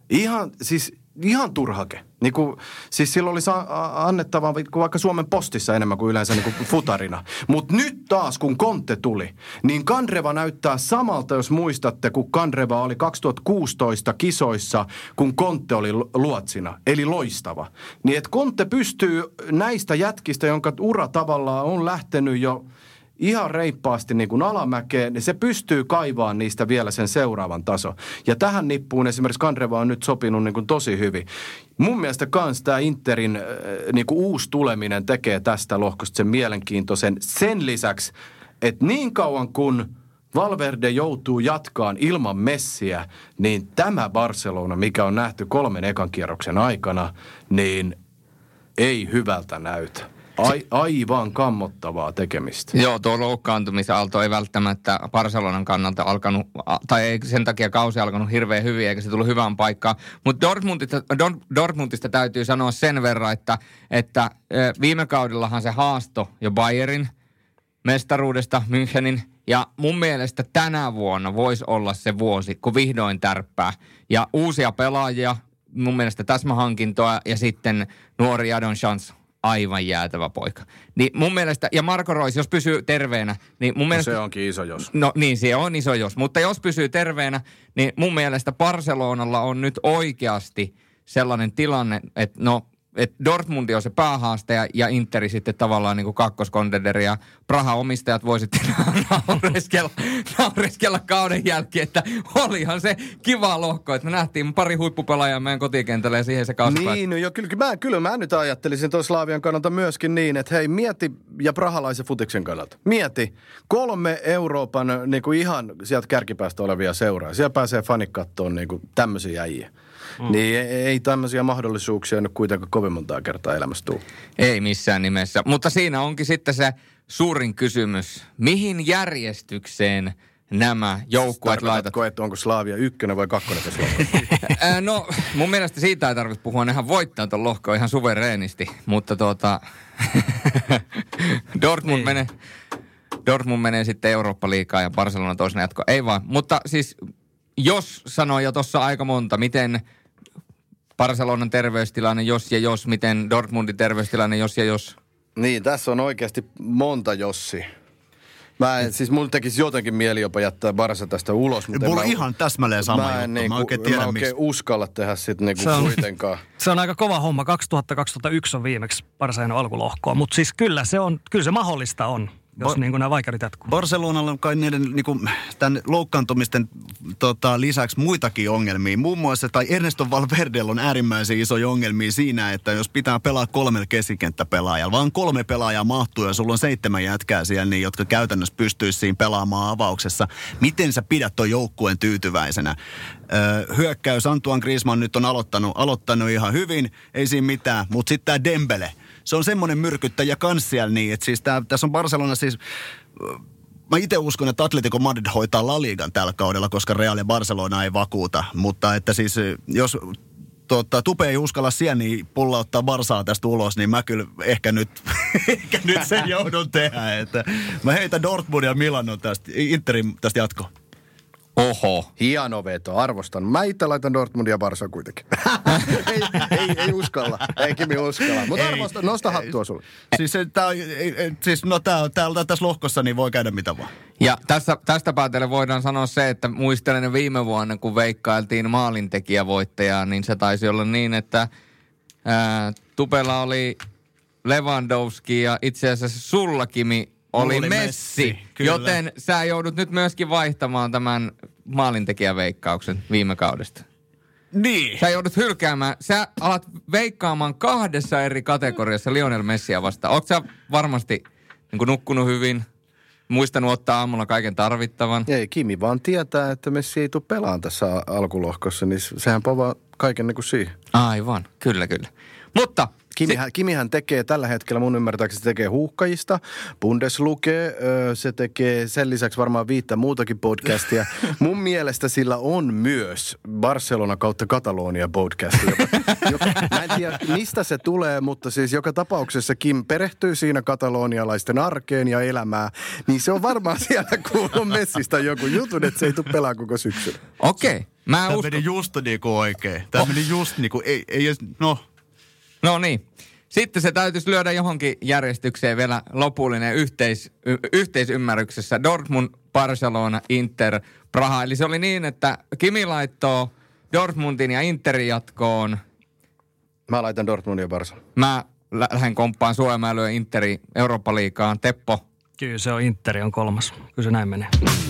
B: ihan turhake. Niin kuin, siis sillä olisi annettavaa vaikka Suomen Postissa enemmän kuin yleensä niin kuin futarina. Mutta nyt taas, kun Conte tuli, niin Candreva näyttää samalta, jos muistatte, kun Candreva oli 2016 kisoissa, kun Conte oli luotsina, eli loistava. Niin että Conte pystyy näistä jätkistä, jonka ura tavallaan on lähtenyt jo ihan reippaasti niin kuin alamäkeen, niin se pystyy kaivaamaan niistä vielä sen seuraavan tason. Ja tähän nippuun esimerkiksi Candreva on nyt sopinut niin kuin tosi hyvin. Mun mielestä kans tämä Interin niin kuin uusi tuleminen tekee tästä lohkosta sen mielenkiintoisen. Sen lisäksi, että niin kauan kun Valverde joutuu jatkaan ilman Messiä, niin tämä Barcelona, mikä on nähty 3 ekan kierroksen aikana, niin ei hyvältä näytä. Aivan kammottavaa tekemistä.
D: Joo, tuo loukkaantumisen aalto ei välttämättä Barcelonan kannalta alkanut, tai ei sen takia kausi alkanut hirveän hyvin, eikä se tullut hyvään paikkaan. Mutta Dortmundista täytyy sanoa sen verran, että viime kaudellahan se haasto jo Bayerin mestaruudesta Münchenin, ja mun mielestä tänä vuonna voisi olla se vuosi, kun vihdoin tärppää. Ja uusia pelaajia, mun mielestä täsmähankintoa, ja sitten nuori Jadon Sancho. Aivan jäätävä poika. Niin mun mielestä, ja Marco Reus, jos pysyy terveenä, niin mun mielestä...
B: Se onkin iso jos.
D: No niin, se on iso jos. Mutta jos pysyy terveenä, niin mun mielestä Barcelonalla on nyt oikeasti sellainen tilanne, että Dortmundi on se päähaastaja ja Interi sitten tavallaan niin kuin kakkoskontenderi ja Praha-omistajat voi sitten naureskella kauden jälkeen, että olihan se kiva lohko, että me nähtiin pari huippupelaajaa meidän kotikentällä ja siihen se kausi pääsi.
B: Niin, no jo, kyllä mä nyt ajattelisin tuon Slavian kannalta myöskin niin, että hei mieti, ja prahalaisen futiksen kannalta, mieti 3 Euroopan niin kuin ihan sieltä kärkipäästä olevia seuraa. Siellä pääsee fanit kattoon niin kuin tämmöisiä äijä. Niin ei tämmöisiä mahdollisuuksia nyt kuitenkaan kovin montaa kertaa elämässä tule.
D: Ei missään nimessä. Mutta siinä onkin sitten se suurin kysymys. Mihin järjestykseen nämä joukkueet laitat?
B: Että onko Slavia 1 vai 2 tässä lohkossa?
D: No, mun mielestä siitä ei tarvitse puhua. Nehän voittaa ton lohkoon ihan suvereenisti. Mutta Dortmund menee sitten Eurooppa-liigaan ja Barcelona toisen jatko. Ei vaan. Mutta siis, jos sanoi jo tuossa aika monta, miten Barcelonan terveystilanne jos ja jos, miten Dortmundin terveystilanne jos ja jos.
B: Niin, tässä on oikeasti monta jossi. Siis mun tekisi jotenkin mieli jopa jättää Barca tästä ulos. Mutta
C: mulla on ihan täsmälleen sama juttu.
B: Mä oikein uskalla tehdä sitten niinku kuitenkaan.
E: Se on aika kova homma. 2000-2001 on viimeksi Barca alkulohkoa. Mutta siis kyllä se mahdollista on. Jos niin kuin nämä vaikeudet jatkuu.
C: Barcelonalla on kai niiden niin kuin, tämän loukkaantumisten lisäksi muitakin ongelmia. Muun muassa, tai Ernesto Valverdella on äärimmäisen isoja ongelmia siinä, että jos pitää pelaa 3 keskikenttäpelaajalla, vaan 3 pelaajaa mahtuu ja sulla on 7 jätkää siellä, niin, jotka käytännössä pystyisi siinä pelaamaan avauksessa. Miten sä pidät ton joukkueen tyytyväisenä? Hyökkäys Antoine Griezmann nyt on aloittanut ihan hyvin, ei siinä mitään, mutta sitten tämä Dembele. Se on semmoinen myrkyttäjä kans siellä niin, että siis tässä on Barcelona siis, mä itse uskon, että Atletico Madrid hoitaa La Ligan tällä kaudella, koska Real ja Barcelona ei vakuuta, mutta että siis jos Tupe ei uskalla siellä, niin pullauttaa Barsaa tästä ulos, niin mä kyllä ehkä nyt sen joudun tehdä, että mä heitän Dortmund ja Milanon tästä, Interin tästä jatkoon.
D: Oho.
B: Hieno veto, arvostan. Mä itse laitan Dortmundia ja Barsaa kuitenkin. ei uskalla. Ei Kimi uskalla. Mutta arvostan, nosta hattua sulle.
C: Täällä tässä lohkossa niin voi käydä mitä vaan.
D: Ja tästä päätellen voidaan sanoa se, että muistelen viime vuonna, kun veikkailtiin maalintekijävoittajaa, niin se taisi olla niin, että Tupella oli Lewandowski ja itse asiassa sulla, Kimi, oli Messi. Joten sä joudut nyt myöskin vaihtamaan tämän maalintekijäveikkauksen viime kaudesta.
C: Niin.
D: Sä joudut hylkäämään. Sä alat veikkaamaan 2 eri kategoriassa Lionel Messiä vastaan. Ootko sä varmasti nukkunut hyvin? Muistanut ottaa aamulla kaiken tarvittavan?
B: Ei, Kimi vaan tietää, että Messi ei tule pelaan tässä alkulohkossa, niin sehän povaa kaiken niin kuin siihen.
D: Aivan, kyllä. Mutta
B: Kimihän tekee tällä hetkellä, mun ymmärtääkseni se tekee huuhkajista, Bundesluke, se tekee sen lisäksi varmaan 5 muutakin podcastia. Mun mielestä sillä on myös Barcelona kautta Katalonia podcasti. Mä en tiedä, mistä se tulee, mutta siis joka tapauksessa Kim perehtyy siinä katalonialaisten arkeen ja elämään, niin se on varmaan siellä kuullut Messistä joku jutun, että se ei tule pelaa koko syksyn.
D: Okei.
C: Tämä meni just niinku oikein. Tämä meni just niinku,
D: No niin. Sitten se täytyisi lyödä johonkin järjestykseen vielä lopullinen yhteisymmärryksessä. Dortmund, Barcelona, Inter, Praha. Eli se oli niin, että Kimi laittoo Dortmundin ja Interin jatkoon.
B: Mä laitan Dortmundin ja Barca.
D: Mä lähden komppaan sua ja mä lyön Interi Eurooppa-liigaan. Teppo?
E: Kyllä se on Interi on 3. Kyllä se näin menee.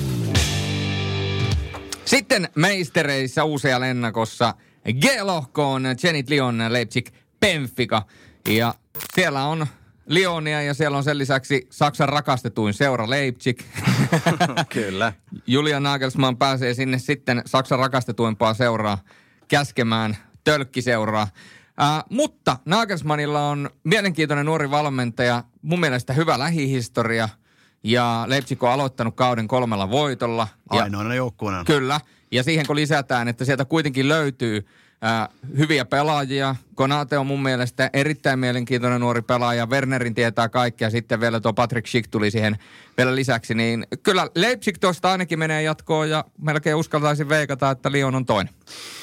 D: Sitten meistereissä uusia lennakossa G-lohkoon Zenit Lyon, Leipzig, Benfica. Ja siellä on Lyonia ja siellä on sen lisäksi Saksan rakastetuin seura Leipzig.
B: Kyllä.
D: Julian Nagelsmann pääsee sinne sitten Saksan rakastetuimpaa seuraa käskemään tölkkiseuraa. Mutta Nagelsmannilla on mielenkiintoinen nuori valmentaja, mun mielestä hyvä lähihistoria. Ja Leipzig on aloittanut kauden 3 voitolla.
C: Ainoana joukkueena.
D: Kyllä. Ja siihen kun lisätään, että sieltä kuitenkin löytyy hyviä pelaajia. Konate on mun mielestä erittäin mielenkiintoinen nuori pelaaja. Wernerin tietää kaikkea. Sitten vielä tuo Patrick Schick tuli siihen vielä lisäksi. Niin kyllä Leipzig tuosta ainakin menee jatkoon ja melkein uskaltaisin veikata, että Lyon on toinen.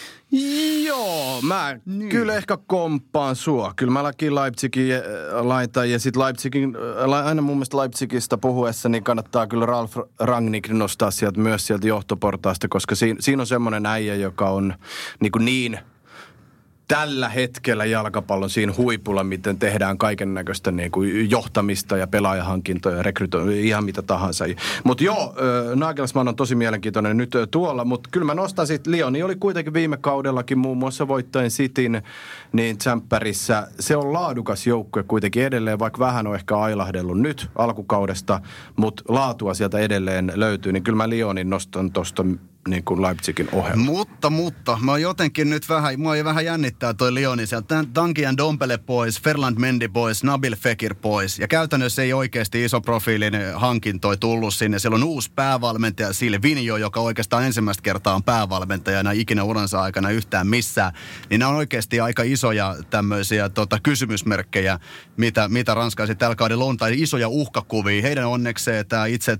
B: Joo, mä kyllä ehkä komppaan sua. Kyllä mä Leipzigin laitan ja sit Leipzigin, aina mun mielestä Leipzigistä puhuessa, niin kannattaa kyllä Ralf Rangnick nostaa myös sieltä johtoportaasta, koska siinä on semmoinen äijä, joka on niin tällä hetkellä jalkapallon siinä huipulla, miten tehdään kaiken näköistä niin kuin johtamista ja pelaajahankintoja ja rekrytointia, ihan mitä tahansa. Mutta joo, Nagelsmann on tosi mielenkiintoinen nyt tuolla, mutta kyllä mä nostan sitten Lyoni oli kuitenkin viime kaudellakin muun muassa voittaen Cityn niin tsemppärissä. Se on laadukas joukkue kuitenkin edelleen, vaikka vähän on ehkä ailahdellut nyt alkukaudesta, mutta laatua sieltä edelleen löytyy, niin kyllä mä Lyonin nostan tuosta niin kuin Leipzigin ohella.
C: Mutta mä jotenkin nyt vähän jännittää toi Lyoni sieltä. Tanguy Ndombele pois, Ferland Mendy pois, Nabil Fekir pois. Ja käytännössä ei oikeasti iso profiilin hankintoi tullut sinne. Siellä on uusi päävalmentaja Silvinho, joka oikeastaan ensimmäistä kertaa on päävalmentajana ikinä uransa aikana yhtään missään. Niin nämä on oikeasti aika isoja tämmöisiä kysymysmerkkejä, mitä ranskalaiset tällä kaudella on, tai isoja uhkakuvia. Heidän onnekseen tämä itse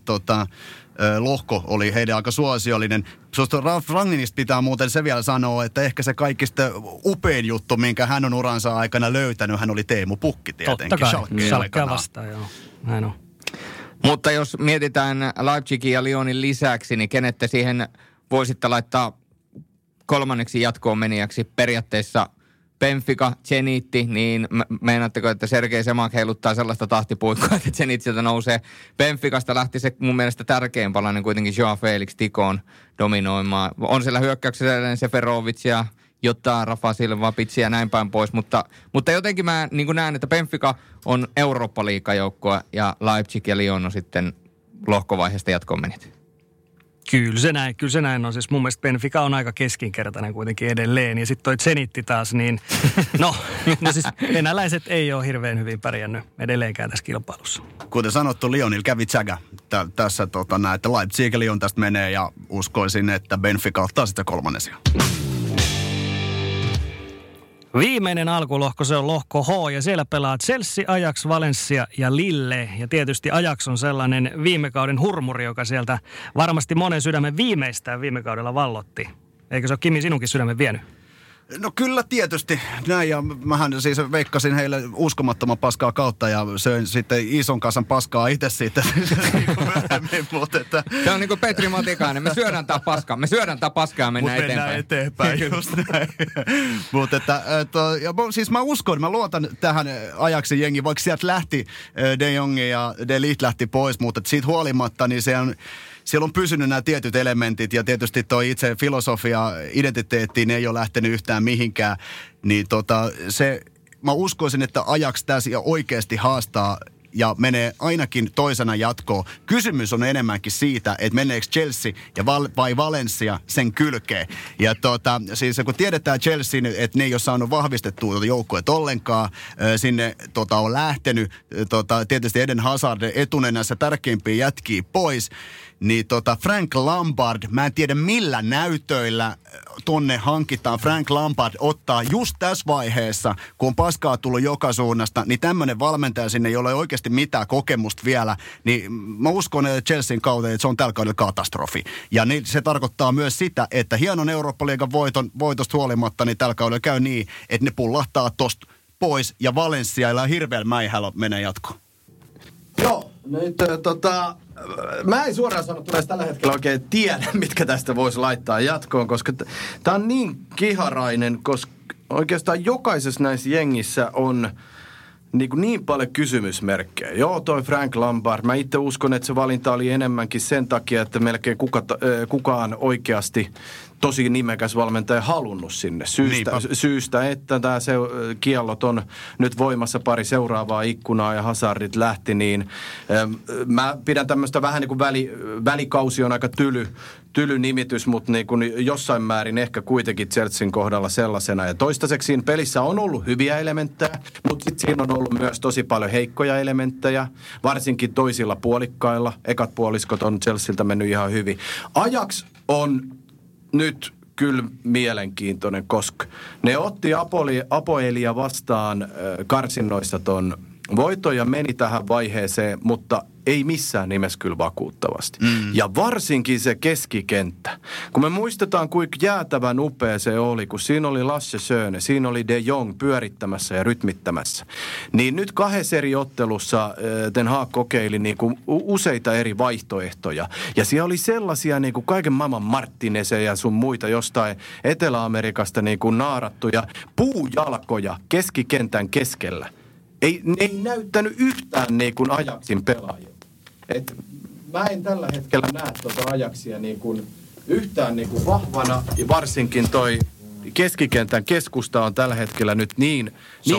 C: lohko oli heidän aika suosiollinen. Ralf Rangnickista pitää muuten se vielä sanoa, että ehkä se kaikista upein juttu, minkä hän on uransa aikana löytänyt, hän oli Teemu Pukki tietenkin.
E: Totta kai, Schalkea vastaan, joo. Näin on.
D: Mutta jos mietitään Leipzigin ja Lyonin lisäksi, niin kenet te siihen voisitte laittaa 3. jatkoon menijäksi periaatteessa Benfica, Zenitti, niin meinaatteko, että Sergei Semak heiluttaa sellaista tahtipuikkoa, että Zenit sieltä nousee. Benficasta lähti se mun mielestä tärkein palanen kuitenkin Joao Felix Tikoon dominoimaan. On siellä hyökkäyksessä edelleen Seferovic ja Jota, Rafa Silva, Pitsi ja näin päin pois, mutta jotenkin mä niin kuin näen, että Benfica on Eurooppa-liigajoukkue ja Leipzig ja Lyon on sitten lohkovaiheesta jatkoon menit.
E: Kyllä se näin on. Siis mun mielestä Benfica on aika keskinkertainen kuitenkin edelleen. Ja sitten toi Zenitti taas, niin no siis venäläiset ei ole hirveän hyvin pärjännyt edelleenkään tässä kilpailussa.
C: Kuten sanottu, Lyonilla kävi tsägä tässä että Leipzig ja Lyon tästä menee ja uskoisin, että Benfica ottaa sitten 3. sijaan.
E: Viimeinen alkulohko, se on lohko H ja siellä pelaa Chelsea, Ajax, Valencia ja Lille. Ja tietysti Ajax on sellainen viime kauden hurmuri, joka sieltä varmasti monen sydämen viimeistään viime kaudella vallotti. Eikö se ole Kimi sinunkin sydämen vienyt?
C: No kyllä tietysti näin, ja mähän siis veikkasin heille uskomattoman paskaa kautta ja söin sitten ison kasan paskaa itse siitä myöhemmin, mutta että... Se
D: on niin kuin Petri Matikainen, me syödään tää paskaa ja mennään
C: eteenpäin, just näin. Mutta että, siis mä uskon, mä luotan tähän Ajaxin jengiin, vaikka sieltä lähti De Jong ja De Ligt lähti pois, mutta siitä huolimatta, niin siellä on pysynyt nämä tietyt elementit ja tietysti toi itse filosofia identiteettiin ei ole lähtenyt yhtään mihinkään. Niin mä uskoisin, että Ajax tässä oikeasti haastaa ja menee ainakin toisena jatkoon. Kysymys on enemmänkin siitä, että meneekö Chelsea vai Valencia sen kylkeen. Ja siis kun tiedetään Chelsea, että ne ei ole saanut vahvistettua joukkueet ollenkaan, sinne on lähtenyt tietysti Eden Hazard etunenässä tärkeimpiä jätkiä pois, niin Frank Lampard, mä en tiedä millä näytöillä tonne hankitaan. Frank Lampard ottaa just tässä vaiheessa, kun on paskaa tullut joka suunnasta, niin tämmöinen valmentaja sinne, jolla ei oikeasti mitään kokemusta vielä, niin mä uskon, että Chelsean kauteen, että se on tällä kaudella katastrofi. Ja niin se tarkoittaa myös sitä, että hienon Eurooppa-liigan voitosta huolimatta, niin tällä kaudella käy niin, että ne pullahtaa tosta pois ja Valenciailla hirveällä mäihällä menee jatkoon.
B: Joo, nyt mä en suoraan sanottuna tällä hetkellä oikein tiedä, mitkä tästä voisi laittaa jatkoon, koska tää on niin kiharainen, koska oikeastaan jokaisessa näissä jengissä on niin paljon kysymysmerkkejä. Joo, toi Frank Lampard. Mä itse uskon, että se valinta oli enemmänkin sen takia, että melkein kukaan oikeasti tosi nimekäs valmentaja halunnut sinne. Syystä että tämä kiellot on nyt voimassa pari seuraavaa ikkunaa ja Hazardit lähti, niin mä pidän tämmöistä vähän niin kuin välikausi on aika tyly nimitys, mutta niin kuin jossain määrin ehkä kuitenkin Chelsean kohdalla sellaisena. Ja toistaiseksi siinä pelissä on ollut hyviä elementtejä, mutta sitten siinä on ollut myös tosi paljon heikkoja elementtejä, varsinkin toisilla puolikkailla. Ekat puoliskot on Chelsealtä mennyt ihan hyvin. Ajax on nyt kyllä mielenkiintoinen, koska ne otti Apoelia vastaan karsinnoissa ton voiton ja meni tähän vaiheeseen, mutta ei missään nimessä kyllä vakuuttavasti. Ja varsinkin se keskikenttä. Kun me muistetaan, kuinka jäätävän upea se oli, kun siinä oli Lasse Schöne, siinä oli De Jong pyörittämässä ja rytmittämässä. Niin nyt 2 eri ottelussa Ten Hag kokeili niin kuin useita eri vaihtoehtoja. Ja siellä oli sellaisia niin kuin kaiken maailman Martinezia ja sun muita jostain Etelä-Amerikasta niin kuin naarattuja puujalkoja keskikentän keskellä. Ne ei näyttänyt yhtään niin kuin Ajaxin pelaajia. Mä en tällä hetkellä näe tuota Ajaxia niin kuin yhtään niin kuin vahvana, ja varsinkin toi keskikentän keskusta on tällä hetkellä nyt niin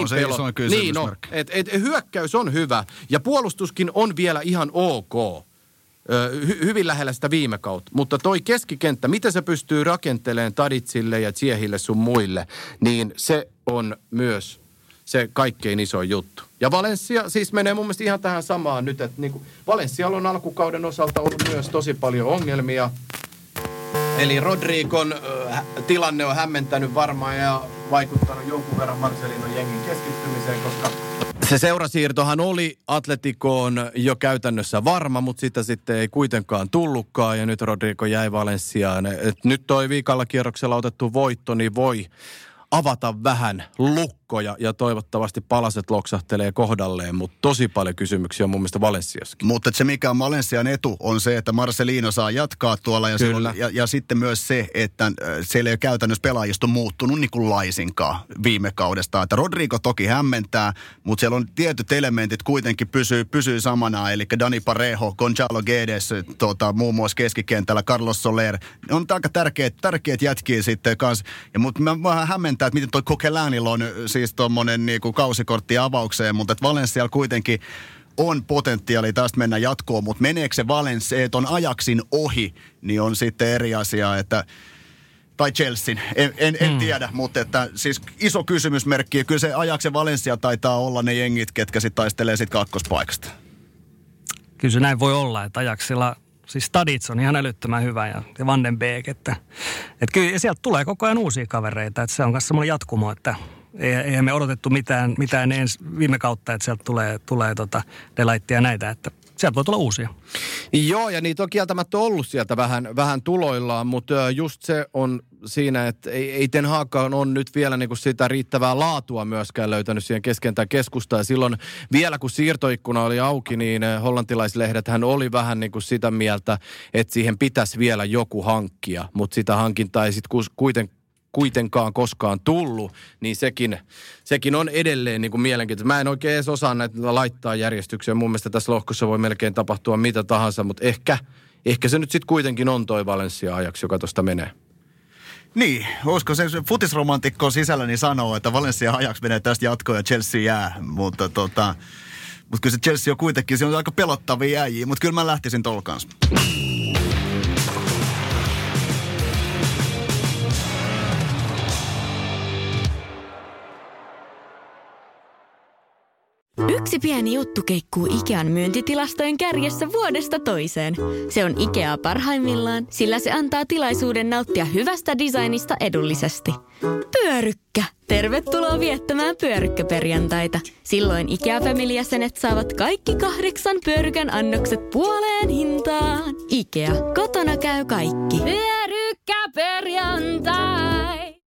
B: hyökkäys on hyvä ja puolustuskin on vielä ihan ok. Hyvin lähellä sitä viime kautta. Mutta toi keskikenttä, mitä se pystyy rakentelemaan Tadicille ja Ziehille sun muille, niin se on myös se kaikkein iso juttu. Ja Valencia siis menee mun mielestä ihan tähän samaan nyt, että niin Valencialla on alkukauden osalta ollut myös tosi paljon ongelmia. Eli Rodrigon tilanne on hämmentänyt varmaan ja vaikuttanut jonkun verran Marcelinon jengin keskittymiseen, koska se seurasiirtohan oli Atleticoon jo käytännössä varma, mutta sitä sitten ei kuitenkaan tullutkaan ja nyt Rodrigo jäi Valenciaan. Et nyt toi viikalla kierroksella otettu voitto, niin voi avata vähän lukkoja ja toivottavasti palaset loksahtelee kohdalleen, mutta tosi paljon kysymyksiä on mun mielestä Valenciassakin.
C: Mutta se mikä on Valencian etu on se, että Marcelino saa jatkaa tuolla ja sitten myös se, että siellä ei ole käytännössä pelaajista muuttunut niin kuin laisinkaan viime kaudesta. Että Rodrigo toki hämmentää, mutta siellä on tietyt elementit kuitenkin pysyy samana, eli Dani Parejo, Gonzalo Guedes, muun muassa keskikentällä, Carlos Soler. On aika tärkeät jätkiä sitten kanssa, mutta mä vähän hämmentää, että miten toi Coquelinilla on siis tommonen niinku kausikortti avaukseen, mutta että Valencialla kuitenkin on potentiaali tästä mennä jatkoon, mutta meneekö se Valencia ton Ajaxin ohi, niin on sitten eri asia, että tai Chelsean, en tiedä, mutta että siis iso kysymysmerkki, kyllä se Ajaxin Valencia taitaa olla ne jengit, ketkä sitten taistelee sit kakkospaikasta.
E: Kyllä se näin voi olla, että Ajaxilla siis Tadic on ihan älyttömän hyvä ja Van den Beek, että kyllä sieltä tulee koko ajan uusia kavereita, että se on myös semmoinen jatkumo, että eihän me odotettu mitään ensi viime kautta, että sieltä tulee Delightia ja näitä, että sieltä voi tulla uusia.
B: Joo, ja niitä on kieltämättä ollut sieltä vähän tuloillaan, mutta just se on siinä, että ei Ten Hag on nyt vielä niinku sitä riittävää laatua myöskään löytänyt siihen keskentään keskustaan. Ja silloin vielä kun siirtoikkuna oli auki, niin hollantilaislehdet oli vähän niinku sitä mieltä, että siihen pitäisi vielä joku hankkia, mutta sitä hankintaa ei sitten kuitenkaan koskaan tullut, niin sekin on edelleen niin kuin mielenkiintoista. Mä en oikein edes osaa näitä laittaa järjestykseen. Mun mielestä tässä lohkossa voi melkein tapahtua mitä tahansa, mutta ehkä se nyt sitten kuitenkin on toi Valencia-Ajax, joka tuosta menee.
C: Niin, olisiko se futisromantikko sisälläni sanoo, että Valencia-Ajax menee tästä jatkoon ja Chelsea jää, mutta kyllä se Chelsea on kuitenkin, se on aika pelottavia äijiä, mutta kyllä mä lähtisin tol kanssa.
F: Yksi pieni juttu keikkuu Ikean myyntitilastojen kärjessä vuodesta toiseen. Se on Ikea parhaimmillaan, sillä se antaa tilaisuuden nauttia hyvästä designista edullisesti. Pyörykkä! Tervetuloa viettämään pyörykkäperjantaita. Silloin Ikea-familijäsenet saavat kaikki 8 pyörykän annokset puoleen hintaan. Ikea, kotona käy kaikki. Pyörykkäperjantai!